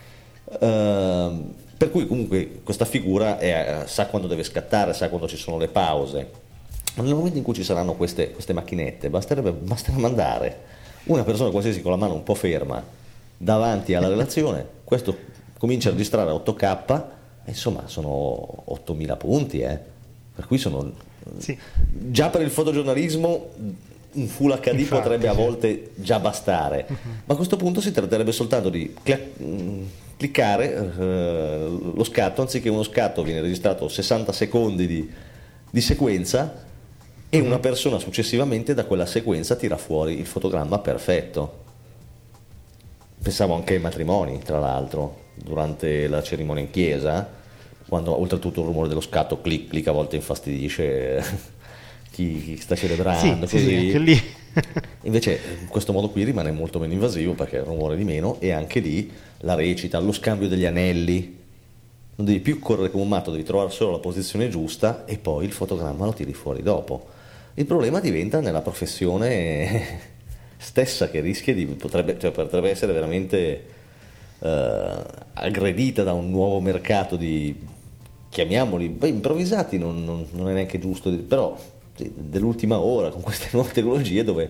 eh, per cui comunque questa figura è, sa quando deve scattare, sa quando ci sono le pause. Ma nel momento in cui ci saranno queste, queste macchinette, basterebbe, basterà mandare una persona qualsiasi con la mano un po' ferma davanti alla relazione, questo comincia a registrare a otto K, insomma sono ottomila punti, eh. Per cui sono sì. Già per il fotogiornalismo un Full acca di Infatti, potrebbe a sì. volte già bastare, uh-huh. ma a questo punto si tratterebbe soltanto di cl- cliccare eh, lo scatto, anziché uno scatto viene registrato sessanta secondi di, di sequenza e uh-huh. una persona successivamente da quella sequenza tira fuori il fotogramma perfetto. Pensavo anche ai matrimoni, tra l'altro, durante la cerimonia in chiesa, quando oltretutto il rumore dello scatto clic clic a volte infastidisce chi, chi sta celebrando, sì, così. Sì, anche lì. Invece in questo modo qui rimane molto meno invasivo perché è il rumore di meno, e anche lì la recita, lo scambio degli anelli, non devi più correre come un matto, devi trovare solo la posizione giusta e poi il fotogramma lo tiri fuori dopo. Il problema diventa nella professione stessa, che rischia di potrebbe, cioè potrebbe essere veramente eh, aggredita da un nuovo mercato di, chiamiamoli, beh, improvvisati non, non, non è neanche giusto, però sì, dell'ultima ora con queste nuove tecnologie dove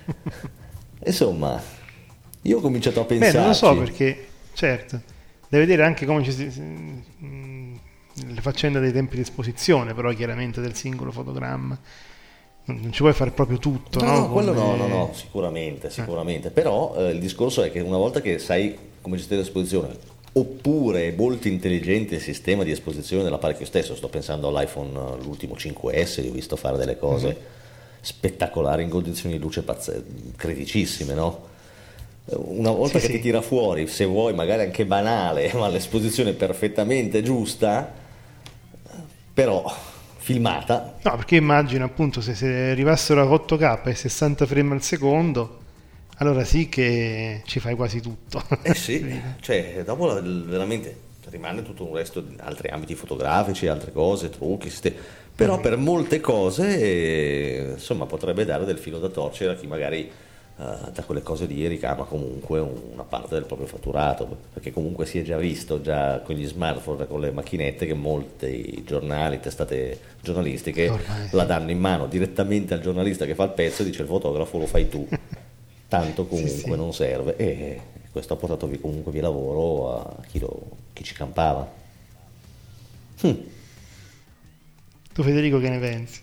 insomma io ho cominciato a pensarci. Beh, non lo so, perché certo deve vedere anche come ci si, mh, le faccende dei tempi di esposizione, però chiaramente del singolo fotogramma non ci vuoi fare proprio tutto, no? No, no quello come... no, no, no, sicuramente, sicuramente. Eh. Però eh, il discorso è che una volta che sai come gestire l'esposizione, oppure è molto intelligente il sistema di esposizione dell'apparecchio stesso, sto pensando all'iPhone, l'ultimo cinque S, io ho visto fare delle cose uh-huh. spettacolari in condizioni di luce pazze- criticissime, no? Una volta sì, che sì. ti tira fuori, se vuoi magari anche banale, ma l'esposizione è perfettamente giusta, però filmata. No, perché immagino appunto se, se arrivassero a otto K e sessanta frame al secondo, allora sì che ci fai quasi tutto. Eh sì, cioè dopo la, veramente rimane tutto un resto di altri ambiti fotografici, altre cose, trucchi, ste... però mm. per molte cose eh, insomma potrebbe dare del filo da torcere a chi magari uh, da quelle cose lì ricama comunque una parte del proprio fatturato, perché comunque si è già visto già con gli smartphone, con le macchinette, che molti giornali, testate giornalistiche ormai la danno in mano direttamente al giornalista che fa il pezzo e dice il fotografo lo fai tu. Tanto comunque sì, sì. non serve, e questo ha portato via, comunque via lavoro a chi, lo, chi ci campava. Hm. Tu Federico che ne pensi?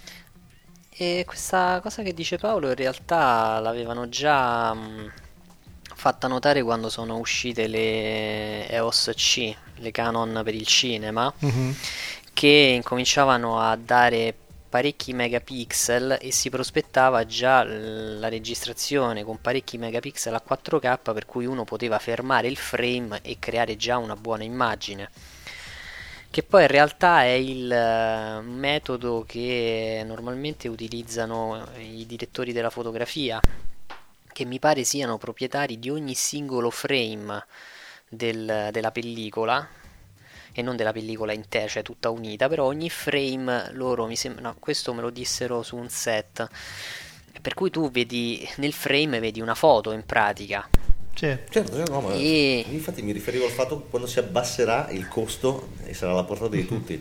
E questa cosa che dice Paolo in realtà l'avevano già mh, fatta notare quando sono uscite le E O S C, le Canon per il cinema, mm-hmm. che incominciavano a dare parecchi megapixel e si prospettava già la registrazione con parecchi megapixel a quattro K, per cui uno poteva fermare il frame e creare già una buona immagine, che poi in realtà è il metodo che normalmente utilizzano i direttori della fotografia, che mi pare siano proprietari di ogni singolo frame del, della pellicola, e non della pellicola intera, cioè tutta unita, però ogni frame loro mi sembra, no, questo me lo dissero su un set, per cui tu vedi nel frame vedi una foto in pratica. Certo, certo, no, ma e... infatti mi riferivo al fatto che quando si abbasserà il costo e sarà alla portata di tutti.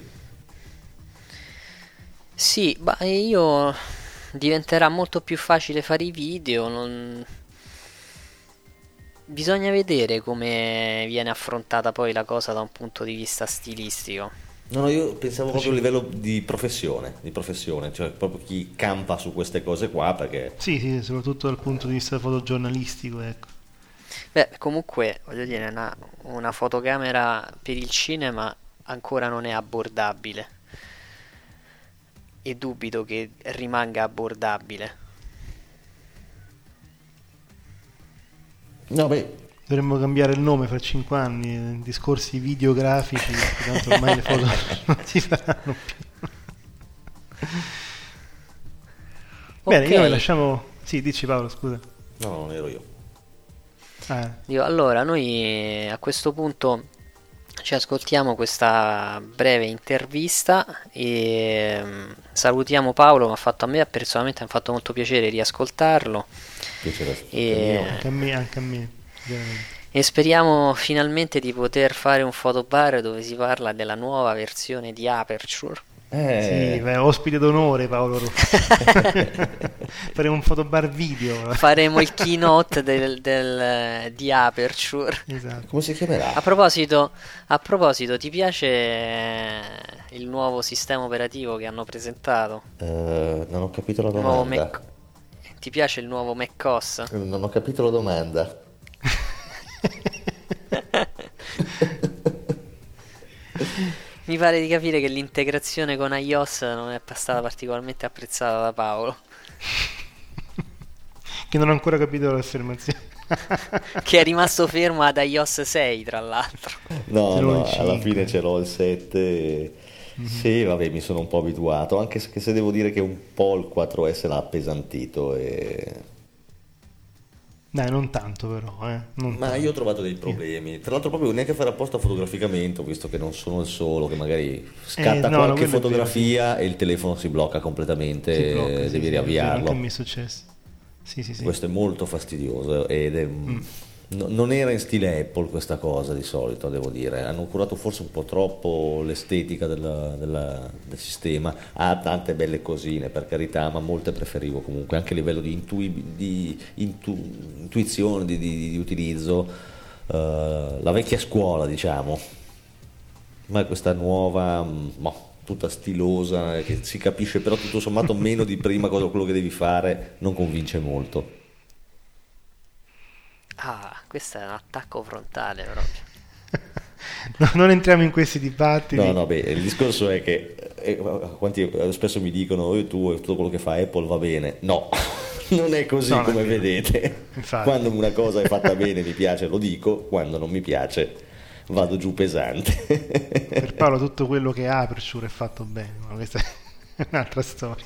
Sì, ma io diventerà molto più facile fare i video, non... bisogna vedere come viene affrontata poi la cosa da un punto di vista stilistico. No, no, io pensavo proprio a livello di professione, di professione, cioè proprio chi campa su queste cose qua, perché... Sì, sì, soprattutto dal punto di vista fotogiornalistico, ecco. Beh, comunque, voglio dire, una, una fotocamera per il cinema ancora non è abbordabile, e dubito che rimanga abbordabile. No, beh, dovremmo cambiare il nome fra cinque anni, discorsi videografici, tanto ormai le foto non si faranno più. Bene, okay. Io lasciamo... Sì, dici Paolo, scusa. No, non ero io. Ah. Io, allora, noi a questo punto ci ascoltiamo questa breve intervista e um, salutiamo Paolo, mi ha fatto a me personalmente mi ha fatto molto piacere riascoltarlo. Piacere e... anche a me, anche a me. E speriamo finalmente di poter fare un fotobar dove si parla della nuova versione di Aperture. Eh. Sì, beh, ospite d'onore Paolo Rossi. Faremo un fotobar video. Faremo il keynote del, del, di Aperture. Esatto. Come si chiamerà? A proposito, a proposito, ti piace il nuovo sistema operativo che hanno presentato? Uh, non ho capito la Il nuovo domanda. Mac... Ti piace il nuovo macOS? Non ho capito la domanda. Mi pare di capire che l'integrazione con iOS non è stata particolarmente apprezzata da Paolo. Che non ho ancora capito l'affermazione. Che è rimasto fermo ad iOS sei, tra l'altro. No, no, alla fine ce l'ho il sette. Mm-hmm. Sì, vabbè, mi sono un po' abituato, anche se, se devo dire che un po' il quattro S l'ha appesantito e... Dai, non tanto però, eh. Non Ma tanto. io ho trovato dei problemi. Tra l'altro proprio neanche fare apposta fotograficamente, visto che non sono il solo, che magari scatta eh, no, qualche no, fotografia vero, sì. E il telefono si blocca completamente, si blocca, devi sì, riavviarlo. Anche a me è successo. Sì, sì, sì. Questo è molto fastidioso ed è... Mm. No, non era in stile Apple questa cosa di solito, devo dire. Hanno curato forse un po' troppo l'estetica della, della, del sistema. Ha tante belle cosine, per carità, ma molte preferivo comunque, anche a livello di, intui, di intu, intuizione, di, di, di utilizzo. Uh, la vecchia scuola, diciamo. Ma questa nuova, boh, tutta stilosa, che si capisce però tutto sommato meno di prima cosa, quello che devi fare, non convince molto. Ah, questo è un attacco frontale proprio. No, non entriamo in questi dibattiti. No, no, beh, il discorso è che eh, quanti spesso mi dicono oh, tu tutto quello che fa Apple va bene. No, non è così, no, come è vedete. Infatti. Quando una cosa è fatta bene mi piace, lo dico, quando non mi piace vado giù pesante. Per Paolo tutto quello che ha Aperture è fatto bene, ma questa è un'altra storia.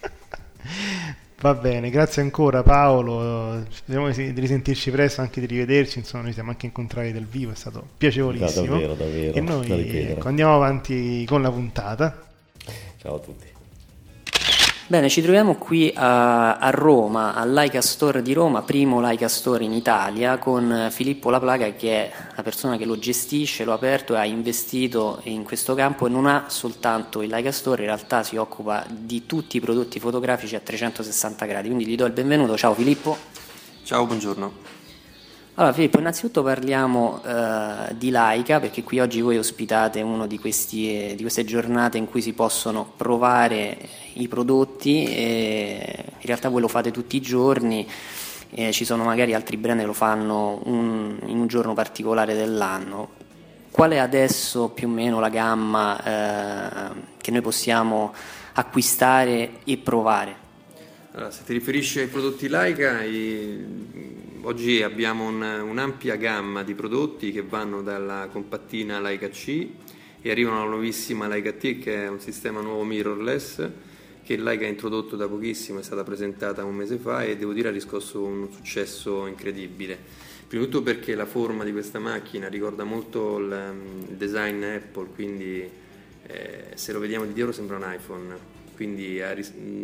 Va bene, grazie ancora Paolo, speriamo di risentirci presto, anche di rivederci, insomma noi siamo anche incontrati dal vivo, è stato piacevolissimo. No, davvero, davvero, e noi ecco, andiamo avanti con la puntata. Ciao a tutti. Bene, ci troviamo qui a, a Roma, al Leica Store di Roma, primo Leica Store in Italia, con Filippo Laplaga che è la persona che lo gestisce, lo ha aperto e ha investito in questo campo e non ha soltanto il Leica Store, in realtà si occupa di tutti i prodotti fotografici a trecentosessanta gradi, quindi gli do il benvenuto. Ciao Filippo. Ciao, buongiorno. Allora Filippo, innanzitutto parliamo eh, di Leica, perché qui oggi voi ospitate uno di, questi, di queste giornate in cui si possono provare i prodotti, e in realtà voi lo fate tutti i giorni, e ci sono magari altri brand che lo fanno un, in un giorno particolare dell'anno. Qual è adesso più o meno la gamma eh, che noi possiamo acquistare e provare? Allora, se ti riferisci ai prodotti Leica, i... oggi abbiamo un, un'ampia gamma di prodotti che vanno dalla compattina Leica C e arrivano alla nuovissima Leica T, che è un sistema nuovo mirrorless che Leica ha introdotto da pochissimo, è stata presentata un mese fa e devo dire ha riscosso un successo incredibile. Prima di tutto perché la forma di questa macchina ricorda molto il, il design Apple, quindi eh, se lo vediamo di dietro sembra un iPhone. Quindi eh,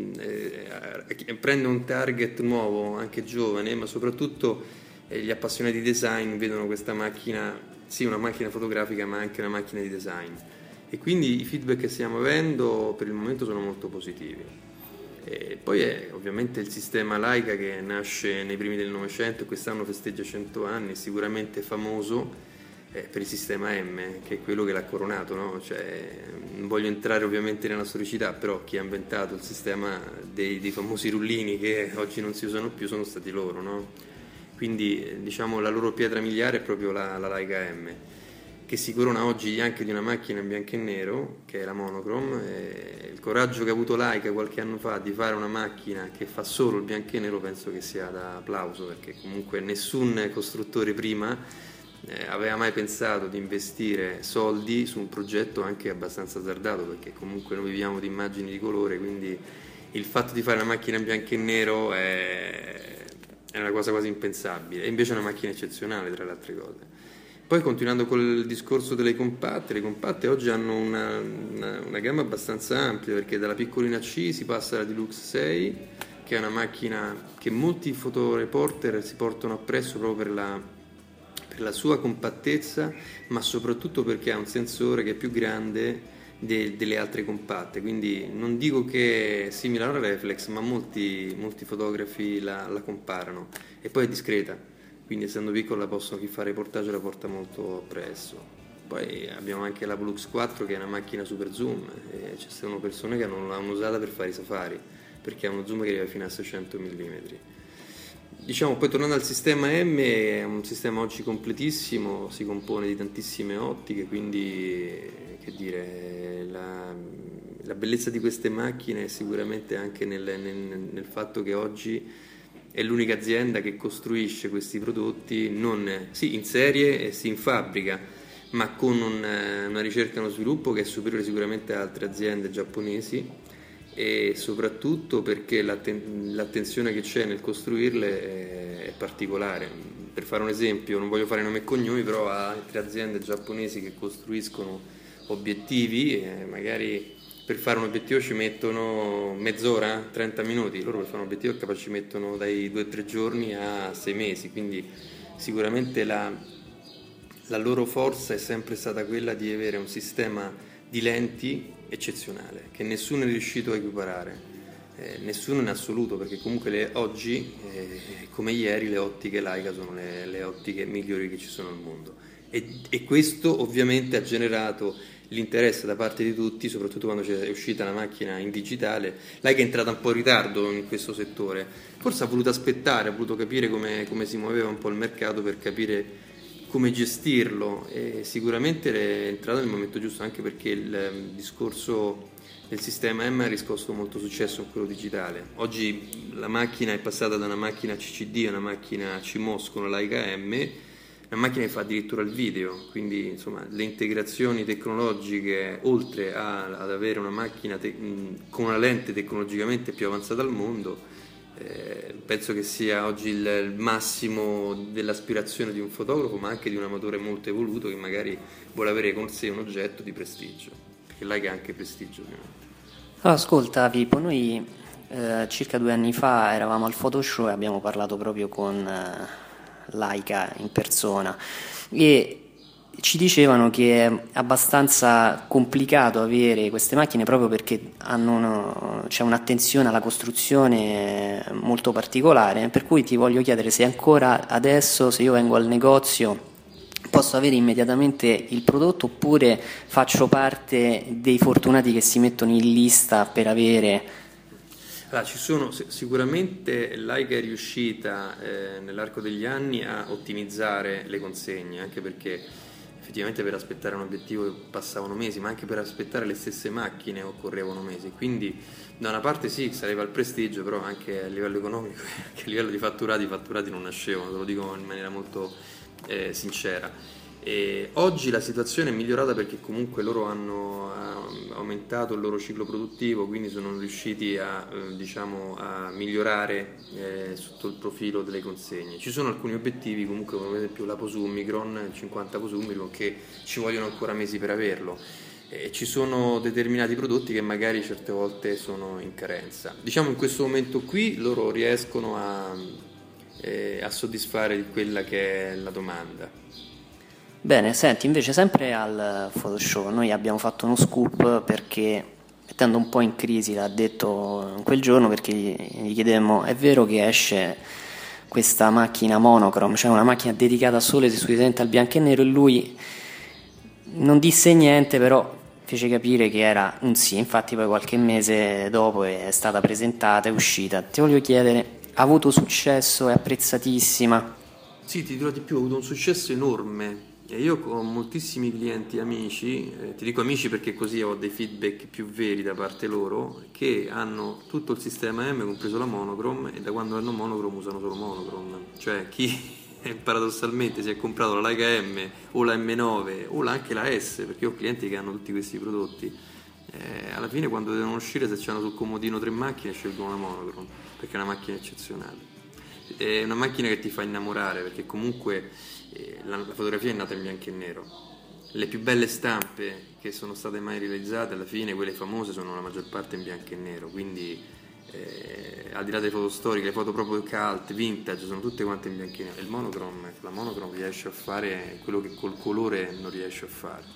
eh, prende un target nuovo, anche giovane, ma soprattutto eh, gli appassionati di design vedono questa macchina, sì, una macchina fotografica, ma anche una macchina di design. E quindi i feedback che stiamo avendo per il momento sono molto positivi. E poi è ovviamente il sistema Leica che nasce nei primi del Novecento e quest'anno festeggia cento anni, sicuramente famoso Eh, per il sistema M, che è quello che l'ha coronato, no? Cioè, non voglio entrare ovviamente nella storicità, però chi ha inventato il sistema dei, dei famosi rullini che oggi non si usano più sono stati loro, no? Quindi diciamo la loro pietra miliare è proprio la, la Leica M, che si corona oggi anche di una macchina in bianco e nero, che è la Monochrome. E il coraggio che ha avuto Leica qualche anno fa di fare una macchina che fa solo il bianco e nero penso che sia da applauso, perché comunque nessun costruttore prima Eh, aveva mai pensato di investire soldi su un progetto anche abbastanza azzardato, perché comunque noi viviamo di immagini di colore, quindi il fatto di fare una macchina in bianco e nero è, è una cosa quasi impensabile, e invece è una macchina eccezionale tra le altre cose. Poi continuando col discorso delle compatte, le compatte oggi hanno una, una, una gamma abbastanza ampia, perché dalla piccolina C si passa alla Deluxe sei, che è una macchina che molti fotoreporter si portano appresso proprio per la per la sua compattezza, ma soprattutto perché ha un sensore che è più grande, de, delle altre compatte, quindi non dico che è simile alla reflex, ma molti, molti fotografi la, la comparano, e poi è discreta, quindi essendo piccola possono chi fa reportage la porta molto appresso. Poi abbiamo anche la Pollux quattro, che è una macchina super zoom, e ci sono persone che non l'hanno usata per fare i safari, perché ha uno zoom che arriva fino a seicento millimetri. Diciamo, poi tornando al sistema M, è un sistema oggi completissimo, si compone di tantissime ottiche, quindi che dire, la, la bellezza di queste macchine è sicuramente anche nel, nel, nel fatto che oggi è l'unica azienda che costruisce questi prodotti non sì in serie e sì in fabbrica, ma con un, una ricerca e uno sviluppo che è superiore sicuramente a altre aziende giapponesi, e soprattutto perché l'atten- l'attenzione che c'è nel costruirle è, è particolare. Per fare un esempio, non voglio fare nomi e cognomi, però altre aziende giapponesi che costruiscono obiettivi, eh, magari per fare un obiettivo ci mettono mezz'ora, trenta minuti, loro per fare un obiettivo capaci ci mettono dai due o tre giorni a sei mesi, quindi sicuramente la, la loro forza è sempre stata quella di avere un sistema di lenti eccezionale, che nessuno è riuscito a equiparare, eh, nessuno in assoluto, perché comunque le, oggi, eh, come ieri, le ottiche Leica sono le, le ottiche migliori che ci sono al mondo, e, e questo ovviamente ha generato l'interesse da parte di tutti, soprattutto quando è uscita la macchina in digitale. Leica è entrata un po' in ritardo in questo settore, forse ha voluto aspettare, ha voluto capire come, come si muoveva un po' il mercato per capire come gestirlo, e sicuramente è entrato nel momento giusto, anche perché il discorso del sistema M ha riscosso molto successo in quello digitale. Oggi la macchina è passata da una macchina C C D a una macchina C M O S con la Leica M, una macchina che fa addirittura il video, quindi insomma le integrazioni tecnologiche, oltre a, ad avere una macchina te- con una lente tecnologicamente più avanzata al mondo, Eh, penso che sia oggi il, il massimo dell'aspirazione di un fotografo, ma anche di un amatore molto evoluto che magari vuole avere con sé un oggetto di prestigio, perché Leica è anche prestigio ovviamente. Allora, ascolta Pippo, noi eh, circa due anni fa eravamo al Photoshow e abbiamo parlato proprio con eh, Leica in persona, e ci dicevano che è abbastanza complicato avere queste macchine proprio perché hanno uno, c'è un'attenzione alla costruzione molto particolare, per cui ti voglio chiedere se ancora adesso, se io vengo al negozio, posso avere immediatamente il prodotto, oppure faccio parte dei fortunati che si mettono in lista per avere. Allora, ci sono sicuramente, Leica è riuscita eh, nell'arco degli anni a ottimizzare le consegne, anche perché effettivamente per aspettare un obiettivo passavano mesi, ma anche per aspettare le stesse macchine occorrevano mesi, quindi da una parte sì, sarebbe al prestigio, però anche a livello economico, anche a livello di fatturati, i fatturati non nascevano, te lo dico in maniera molto eh, sincera. E oggi la situazione è migliorata perché comunque loro hanno aumentato il loro ciclo produttivo, quindi sono riusciti a, eh, diciamo, a migliorare eh, sotto il profilo delle consegne. Ci sono alcuni obiettivi comunque, come ad esempio la Posumicron, il cinquanta Posumicron, che ci vogliono ancora mesi per averlo. E ci sono determinati prodotti che magari certe volte sono in carenza. Diciamo in questo momento qui loro riescono a, eh, a soddisfare quella che è la domanda. Bene, senti, invece sempre al Photoshow noi abbiamo fatto uno scoop, perché mettendo un po' in crisi, l'ha detto in quel giorno, perché gli chiedemmo: è vero che esce questa macchina monochrome, cioè una macchina dedicata solo ed esclusivamente al bianco e nero, e lui non disse niente, però fece capire che era un sì. Infatti poi qualche mese dopo è stata presentata, è uscita. Ti voglio chiedere, ha avuto successo, è apprezzatissima? Sì, ti dirò di più, ha avuto un successo enorme. E io ho moltissimi clienti amici, eh, ti dico amici perché così ho dei feedback più veri da parte loro, che hanno tutto il sistema M, compreso la monochrome, e da quando hanno monochrome usano solo monochrome. Cioè chi paradossalmente si è comprato la Leica M o la M nove o anche la S, perché ho clienti che hanno tutti questi prodotti, eh, alla fine quando devono uscire, se c'hanno sul comodino tre macchine, scelgono la monochrome, perché è una macchina eccezionale. È una macchina che ti fa innamorare, perché comunque la, la fotografia è nata in bianco e nero. Le più belle stampe che sono state mai realizzate, alla fine quelle famose, sono la maggior parte in bianco e nero, quindi eh, al di là delle foto storiche, le foto proprio cult, vintage, sono tutte quante in bianco e nero. Il monochrome, la monochrome riesce a fare quello che col colore non riesce a fare.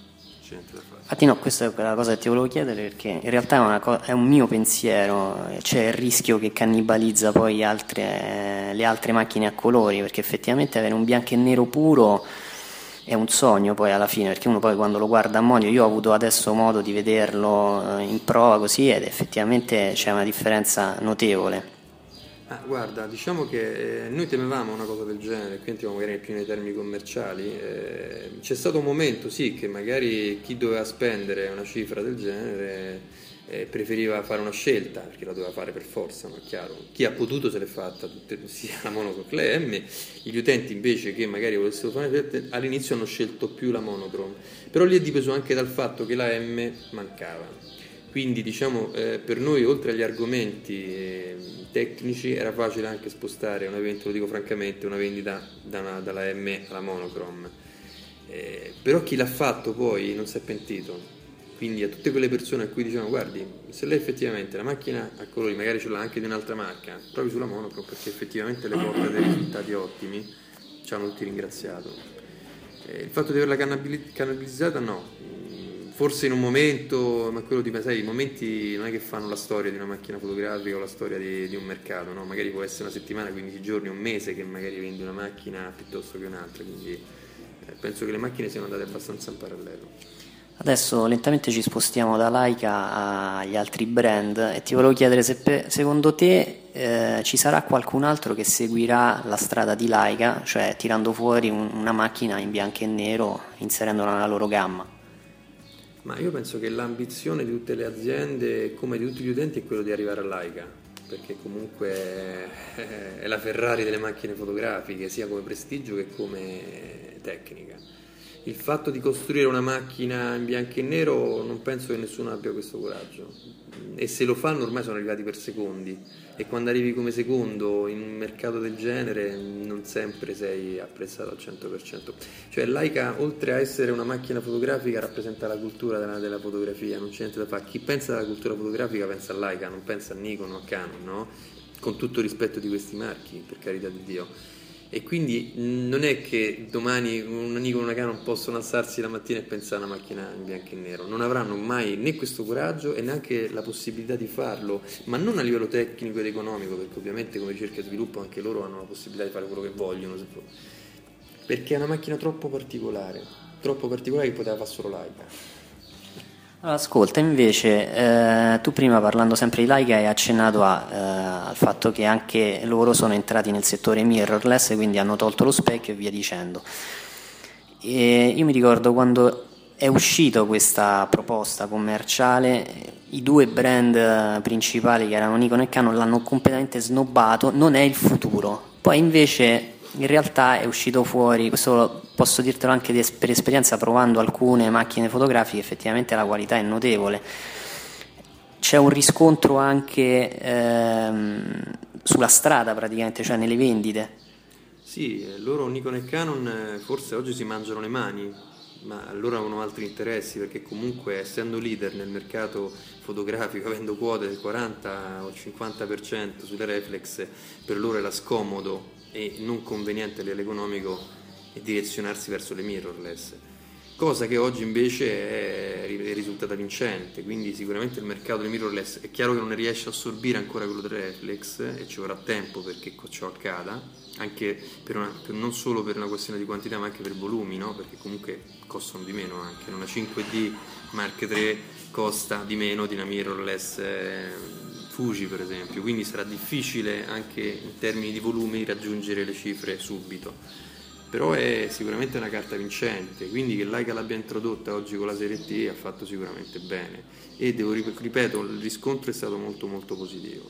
c'è niente da fare. Infatti no, questa è la cosa che ti volevo chiedere, perché in realtà è, una co- è un mio pensiero, c'è il rischio che cannibalizza poi altre, le altre macchine a colori, perché effettivamente avere un bianco e nero puro è un sogno poi alla fine, perché uno poi quando lo guarda a modo, io ho avuto adesso modo di vederlo in prova così, ed effettivamente c'è una differenza notevole. Ah, guarda, diciamo che eh, noi temevamo una cosa del genere, qui entriamo magari più nei termini commerciali, eh, c'è stato un momento sì che magari chi doveva spendere una cifra del genere eh, preferiva fare una scelta, perché la doveva fare per forza, no? È chiaro, chi ha potuto se l'è fatta tutte, sia la monochrome che la M, gli utenti invece che magari volessero fare all'inizio hanno scelto più la monochrome, però lì è dipeso anche dal fatto che la M mancava. Quindi diciamo eh, per noi oltre agli argomenti eh, tecnici era facile anche spostare una vendita, lo dico francamente, una vendita da una, dalla M alla monochrome, eh, però chi l'ha fatto poi non si è pentito, quindi a tutte quelle persone a cui dicevano guardi se lei effettivamente la macchina a colori magari ce l'ha anche di un'altra marca, provi sulla monochrome perché effettivamente le porta dei risultati ottimi, ci hanno tutti ringraziato. Eh, il fatto di averla cannibalizzata no, forse in un momento, ma quello di sai, i momenti non è che fanno la storia di una macchina fotografica o la storia di, di un mercato, no? Magari può essere una settimana, quindici giorni, un mese che magari vendi una macchina piuttosto che un'altra, quindi eh, penso che le macchine siano andate abbastanza in parallelo. Adesso lentamente ci spostiamo da Leica agli altri brand e ti volevo chiedere se pe- secondo te eh, ci sarà qualcun altro che seguirà la strada di Leica, cioè tirando fuori un, una macchina in bianco e nero inserendola nella loro gamma. Ma io penso che l'ambizione di tutte le aziende, come di tutti gli utenti, è quello di arrivare a Leica, perché comunque è la Ferrari delle macchine fotografiche, sia come prestigio che come tecnica. Il fatto di costruire una macchina in bianco e nero non penso che nessuno abbia questo coraggio, e se lo fanno ormai sono arrivati per secondi, e quando arrivi come secondo in un mercato del genere non sempre sei apprezzato al cento per cento. Cioè Leica, oltre a essere una macchina fotografica, rappresenta la cultura della, della fotografia, non c'è niente da fare. Chi pensa alla cultura fotografica pensa a Leica, non pensa a Nikon o a Canon, no? Con tutto il rispetto di questi marchi, per carità di Dio. E quindi non è che domani una Nikon o una Canon possono alzarsi la mattina e pensare a una macchina in bianco e nero, non avranno mai né questo coraggio e neanche la possibilità di farlo, ma non a livello tecnico ed economico, perché ovviamente come ricerca e sviluppo anche loro hanno la possibilità di fare quello che vogliono, perché è una macchina troppo particolare, troppo particolare che poteva fare solo Leica. Allora, ascolta, invece, eh, tu prima parlando sempre di Leica hai accennato a, eh, al fatto che anche loro sono entrati nel settore mirrorless, quindi hanno tolto lo specchio e via dicendo. E io mi ricordo quando è uscita questa proposta commerciale, i due brand principali che erano Nikon e Canon l'hanno completamente snobbato, non è il futuro. Poi invece in realtà è uscito fuori, questo posso dirtelo anche per esperienza provando alcune macchine fotografiche, effettivamente la qualità è notevole. C'è un riscontro anche ehm, sulla strada praticamente, cioè nelle vendite. Sì, loro Nikon e Canon forse oggi si mangiano le mani, ma loro avevano altri interessi, perché comunque essendo leader nel mercato fotografico, avendo quote del quaranta o cinquanta per cento sulle reflex, per loro era scomodo e non conveniente a livello economico e direzionarsi verso le mirrorless, cosa che oggi invece è risultata vincente. Quindi sicuramente il mercato delle mirrorless è chiaro che non riesce a assorbire ancora quello delle reflex e ci vorrà tempo perché ciò accada, anche per una, per non solo per una questione di quantità ma anche per volumi, no? Perché comunque costano di meno, anche una cinque D Mark tre costa di meno di una mirrorless eh, Fuji per esempio, quindi sarà difficile anche in termini di volumi raggiungere le cifre subito, però è sicuramente una carta vincente, quindi che Leica l'abbia introdotta oggi con la serie T ha fatto sicuramente bene e devo ripeto, il riscontro è stato molto molto positivo.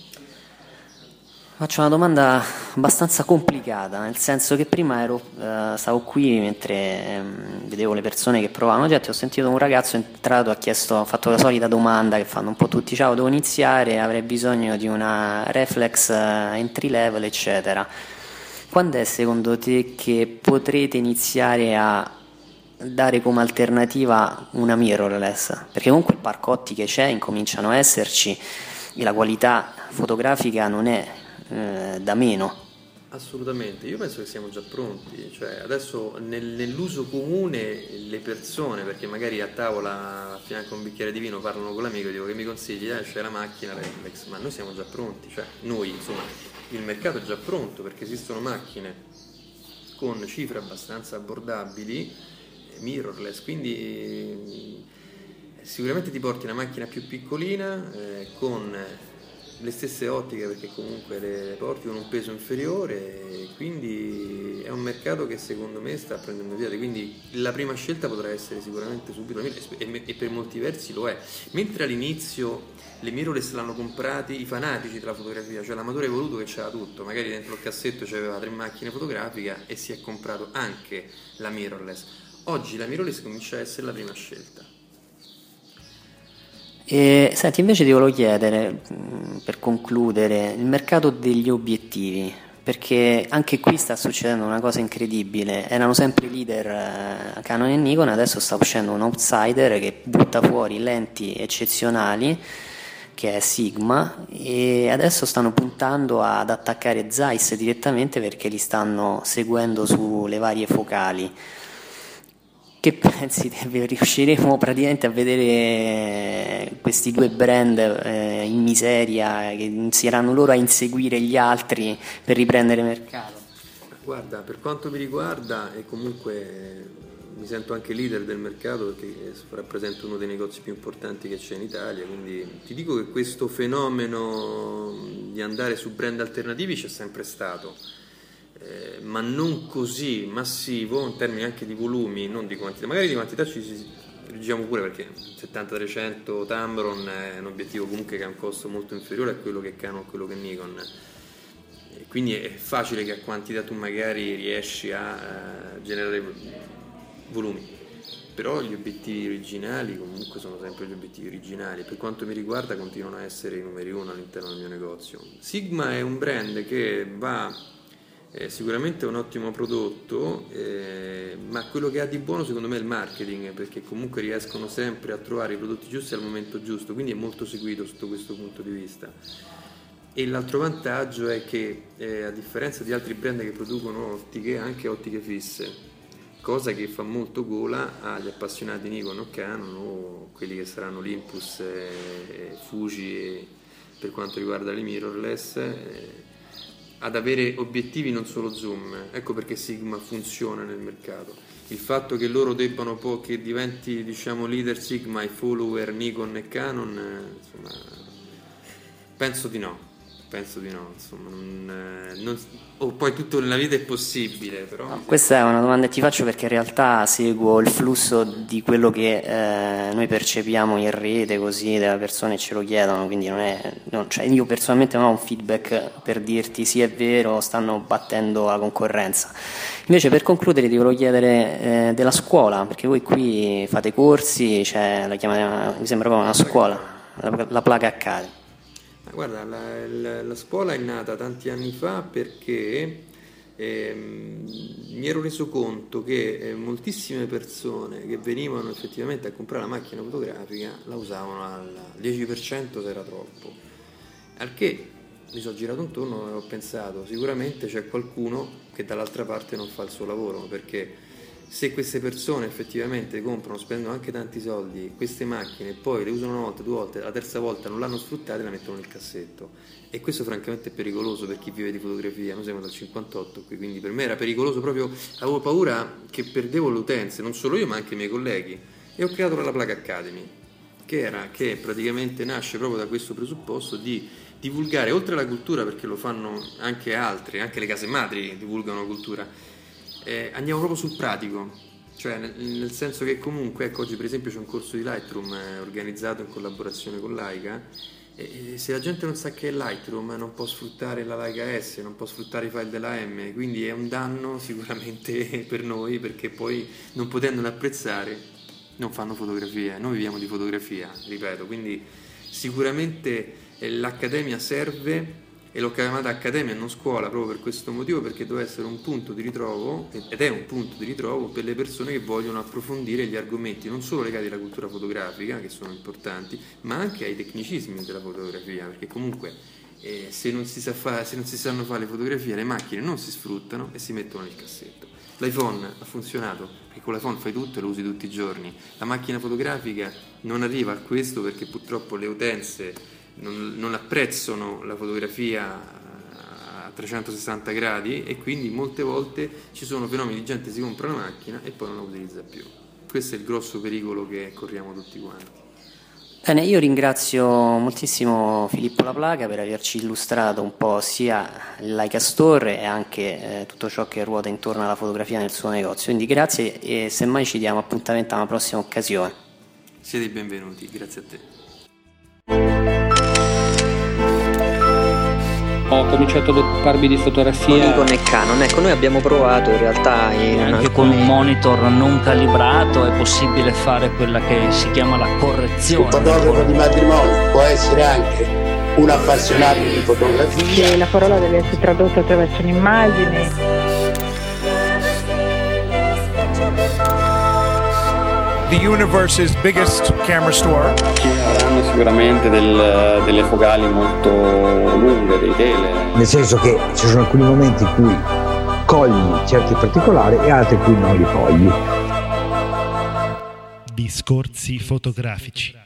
Faccio una domanda abbastanza complicata, nel senso che prima ero, eh, stavo qui mentre eh, vedevo le persone che provavano oggetti, ho sentito un ragazzo entrato, ha chiesto, ha fatto la solita domanda che fanno un po' tutti: ciao, devo iniziare, avrei bisogno di una reflex entry level eccetera. Quando è secondo te che potrete iniziare a dare come alternativa una mirrorless? Perché comunque il parco ottiche c'è, incominciano a esserci e la qualità fotografica non è Eh, da meno. Assolutamente, io penso che siamo già pronti, cioè adesso nel, nell'uso comune le persone, perché magari a tavola a fianco a un bicchiere di vino parlano con l'amico e dico che mi consigli, eh, c'è la macchina, l'Index, ma noi siamo già pronti, cioè noi insomma il mercato è già pronto perché esistono macchine con cifre abbastanza abbordabili, mirrorless, quindi sicuramente ti porti una macchina più piccolina eh, con le stesse ottiche, perché comunque le porti con un peso inferiore, e quindi è un mercato che secondo me sta prendendo via, quindi la prima scelta potrà essere sicuramente subito e per molti versi lo è, mentre all'inizio le mirrorless l'hanno comprati i fanatici della fotografia, cioè l'amatore evoluto che c'era tutto, magari dentro il cassetto c'aveva tre macchine fotografiche e si è comprato anche la mirrorless. Oggi la mirrorless comincia a essere la prima scelta. E, senti, invece ti volevo chiedere, per concludere, il mercato degli obiettivi, perché anche qui sta succedendo una cosa incredibile. Erano sempre leader eh, Canon e Nikon, adesso sta uscendo un outsider che butta fuori lenti eccezionali, che è Sigma, e adesso stanno puntando ad attaccare Zeiss direttamente perché li stanno seguendo sulle varie focali. Che pensi? Riusciremo praticamente a vedere questi due brand eh, in miseria, che inizieranno loro a inseguire gli altri per riprendere mercato? Guarda, per quanto mi riguarda, e comunque mi sento anche leader del mercato perché rappresento uno dei negozi più importanti che c'è in Italia, quindi ti dico che questo fenomeno di andare su brand alternativi c'è sempre stato. Eh, ma non così massivo in termini anche di volumi, non di quantità, magari di quantità ci diciamo pure, perché settanta trecento Tamron è un obiettivo comunque che ha un costo molto inferiore a quello che Canon, a quello che Nikon, e quindi è facile che a quantità tu magari riesci a uh, generare volumi, però gli obiettivi originali comunque sono sempre gli obiettivi originali. Per quanto mi riguarda continuano a essere i numeri uno all'interno del mio negozio. Sigma è un brand che va Eh, sicuramente è un ottimo prodotto, eh, ma quello che ha di buono secondo me è il marketing, perché comunque riescono sempre a trovare i prodotti giusti al momento giusto, quindi è molto seguito sotto questo punto di vista. E l'altro vantaggio è che eh, a differenza di altri brand che producono ottiche, anche ottiche fisse, cosa che fa molto gola agli appassionati Nikon o Canon o quelli che saranno Olympus e Fuji e, per quanto riguarda le mirrorless, eh, ad avere obiettivi non solo zoom. Ecco perché Sigma funziona nel mercato. Il fatto che loro debbano poi che diventi diciamo leader Sigma e follower Nikon e Canon, insomma, penso di no. Penso di no, insomma, non, non, oh, poi tutto nella vita è possibile, però. No, questa è una domanda che ti faccio perché in realtà seguo il flusso di quello che eh, noi percepiamo in rete, così le persone ce lo chiedono, quindi non è, non, cioè io personalmente non ho un feedback per dirti sì è vero, stanno battendo la concorrenza. Invece per concludere ti volevo chiedere eh, della scuola, perché voi qui fate corsi, cioè, la chiamate, mi sembra proprio una scuola, la, la Plaga Academy. Guarda, la, la, la scuola è nata tanti anni fa perché ehm, mi ero reso conto che eh, moltissime persone che venivano effettivamente a comprare la macchina fotografica la usavano al dieci per cento se era troppo, al che mi sono girato intorno e ho pensato sicuramente c'è qualcuno che dall'altra parte non fa il suo lavoro, perché se queste persone effettivamente comprano, spendono anche tanti soldi queste macchine e poi le usano una volta, due volte, la terza volta non l'hanno sfruttata e la mettono nel cassetto, e questo francamente è pericoloso per chi vive di fotografia. Noi siamo dal cinquantotto qui, quindi per me era pericoloso, proprio avevo paura che perdevo le utenze, non solo io ma anche i miei colleghi, e ho creato la Plaga Academy, che, era, che praticamente nasce proprio da questo presupposto di divulgare, oltre alla cultura, perché lo fanno anche altri, anche le case madri divulgano cultura. Eh, andiamo proprio sul pratico, cioè nel, nel senso che comunque, ecco, oggi per esempio c'è un corso di Lightroom eh, organizzato in collaborazione con Leica, e, e se la gente non sa che è Lightroom non può sfruttare la Leica S, non può sfruttare i file della M, quindi è un danno sicuramente per noi, perché poi non potendole apprezzare non fanno fotografia. Noi viviamo di fotografia, ripeto, quindi sicuramente eh, l'accademia serve. E l'ho chiamata accademia e non scuola proprio per questo motivo, perché deve essere un punto di ritrovo, ed è un punto di ritrovo per le persone che vogliono approfondire gli argomenti non solo legati alla cultura fotografica, che sono importanti, ma anche ai tecnicismi della fotografia, perché comunque E se non si sa fa, se non si sanno fare le fotografie, le macchine non si sfruttano e si mettono nel cassetto. L'iPhone ha funzionato perché con l'iPhone fai tutto e lo usi tutti i giorni. La macchina fotografica non arriva a questo perché purtroppo le utenze non, non apprezzano la fotografia a trecentosessanta gradi e quindi molte volte ci sono fenomeni di gente che si compra una macchina e poi non la utilizza più. Questo è il grosso pericolo che corriamo tutti quanti. Bene, io ringrazio moltissimo Filippo Laplaca per averci illustrato un po' sia il Leica Store e anche eh, tutto ciò che ruota intorno alla fotografia nel suo negozio. Quindi grazie e semmai ci diamo appuntamento a una prossima occasione. Siete i benvenuti, grazie a te. Ho cominciato ad occuparmi di fotografia con e Canon. Ecco, noi abbiamo provato in realtà in anche con un monitor non calibrato è possibile fare quella che si chiama la correzione. Un fotografo di matrimonio può essere anche un appassionato di fotografia e la parola deve essere tradotta attraverso un'immagine. The universe's biggest camera store. Ci avranno sicuramente del, delle focali molto lunghe, dei tele. Nel senso che ci sono alcuni momenti in cui cogli certi particolari e altri in cui non li cogli. Discorsi fotografici.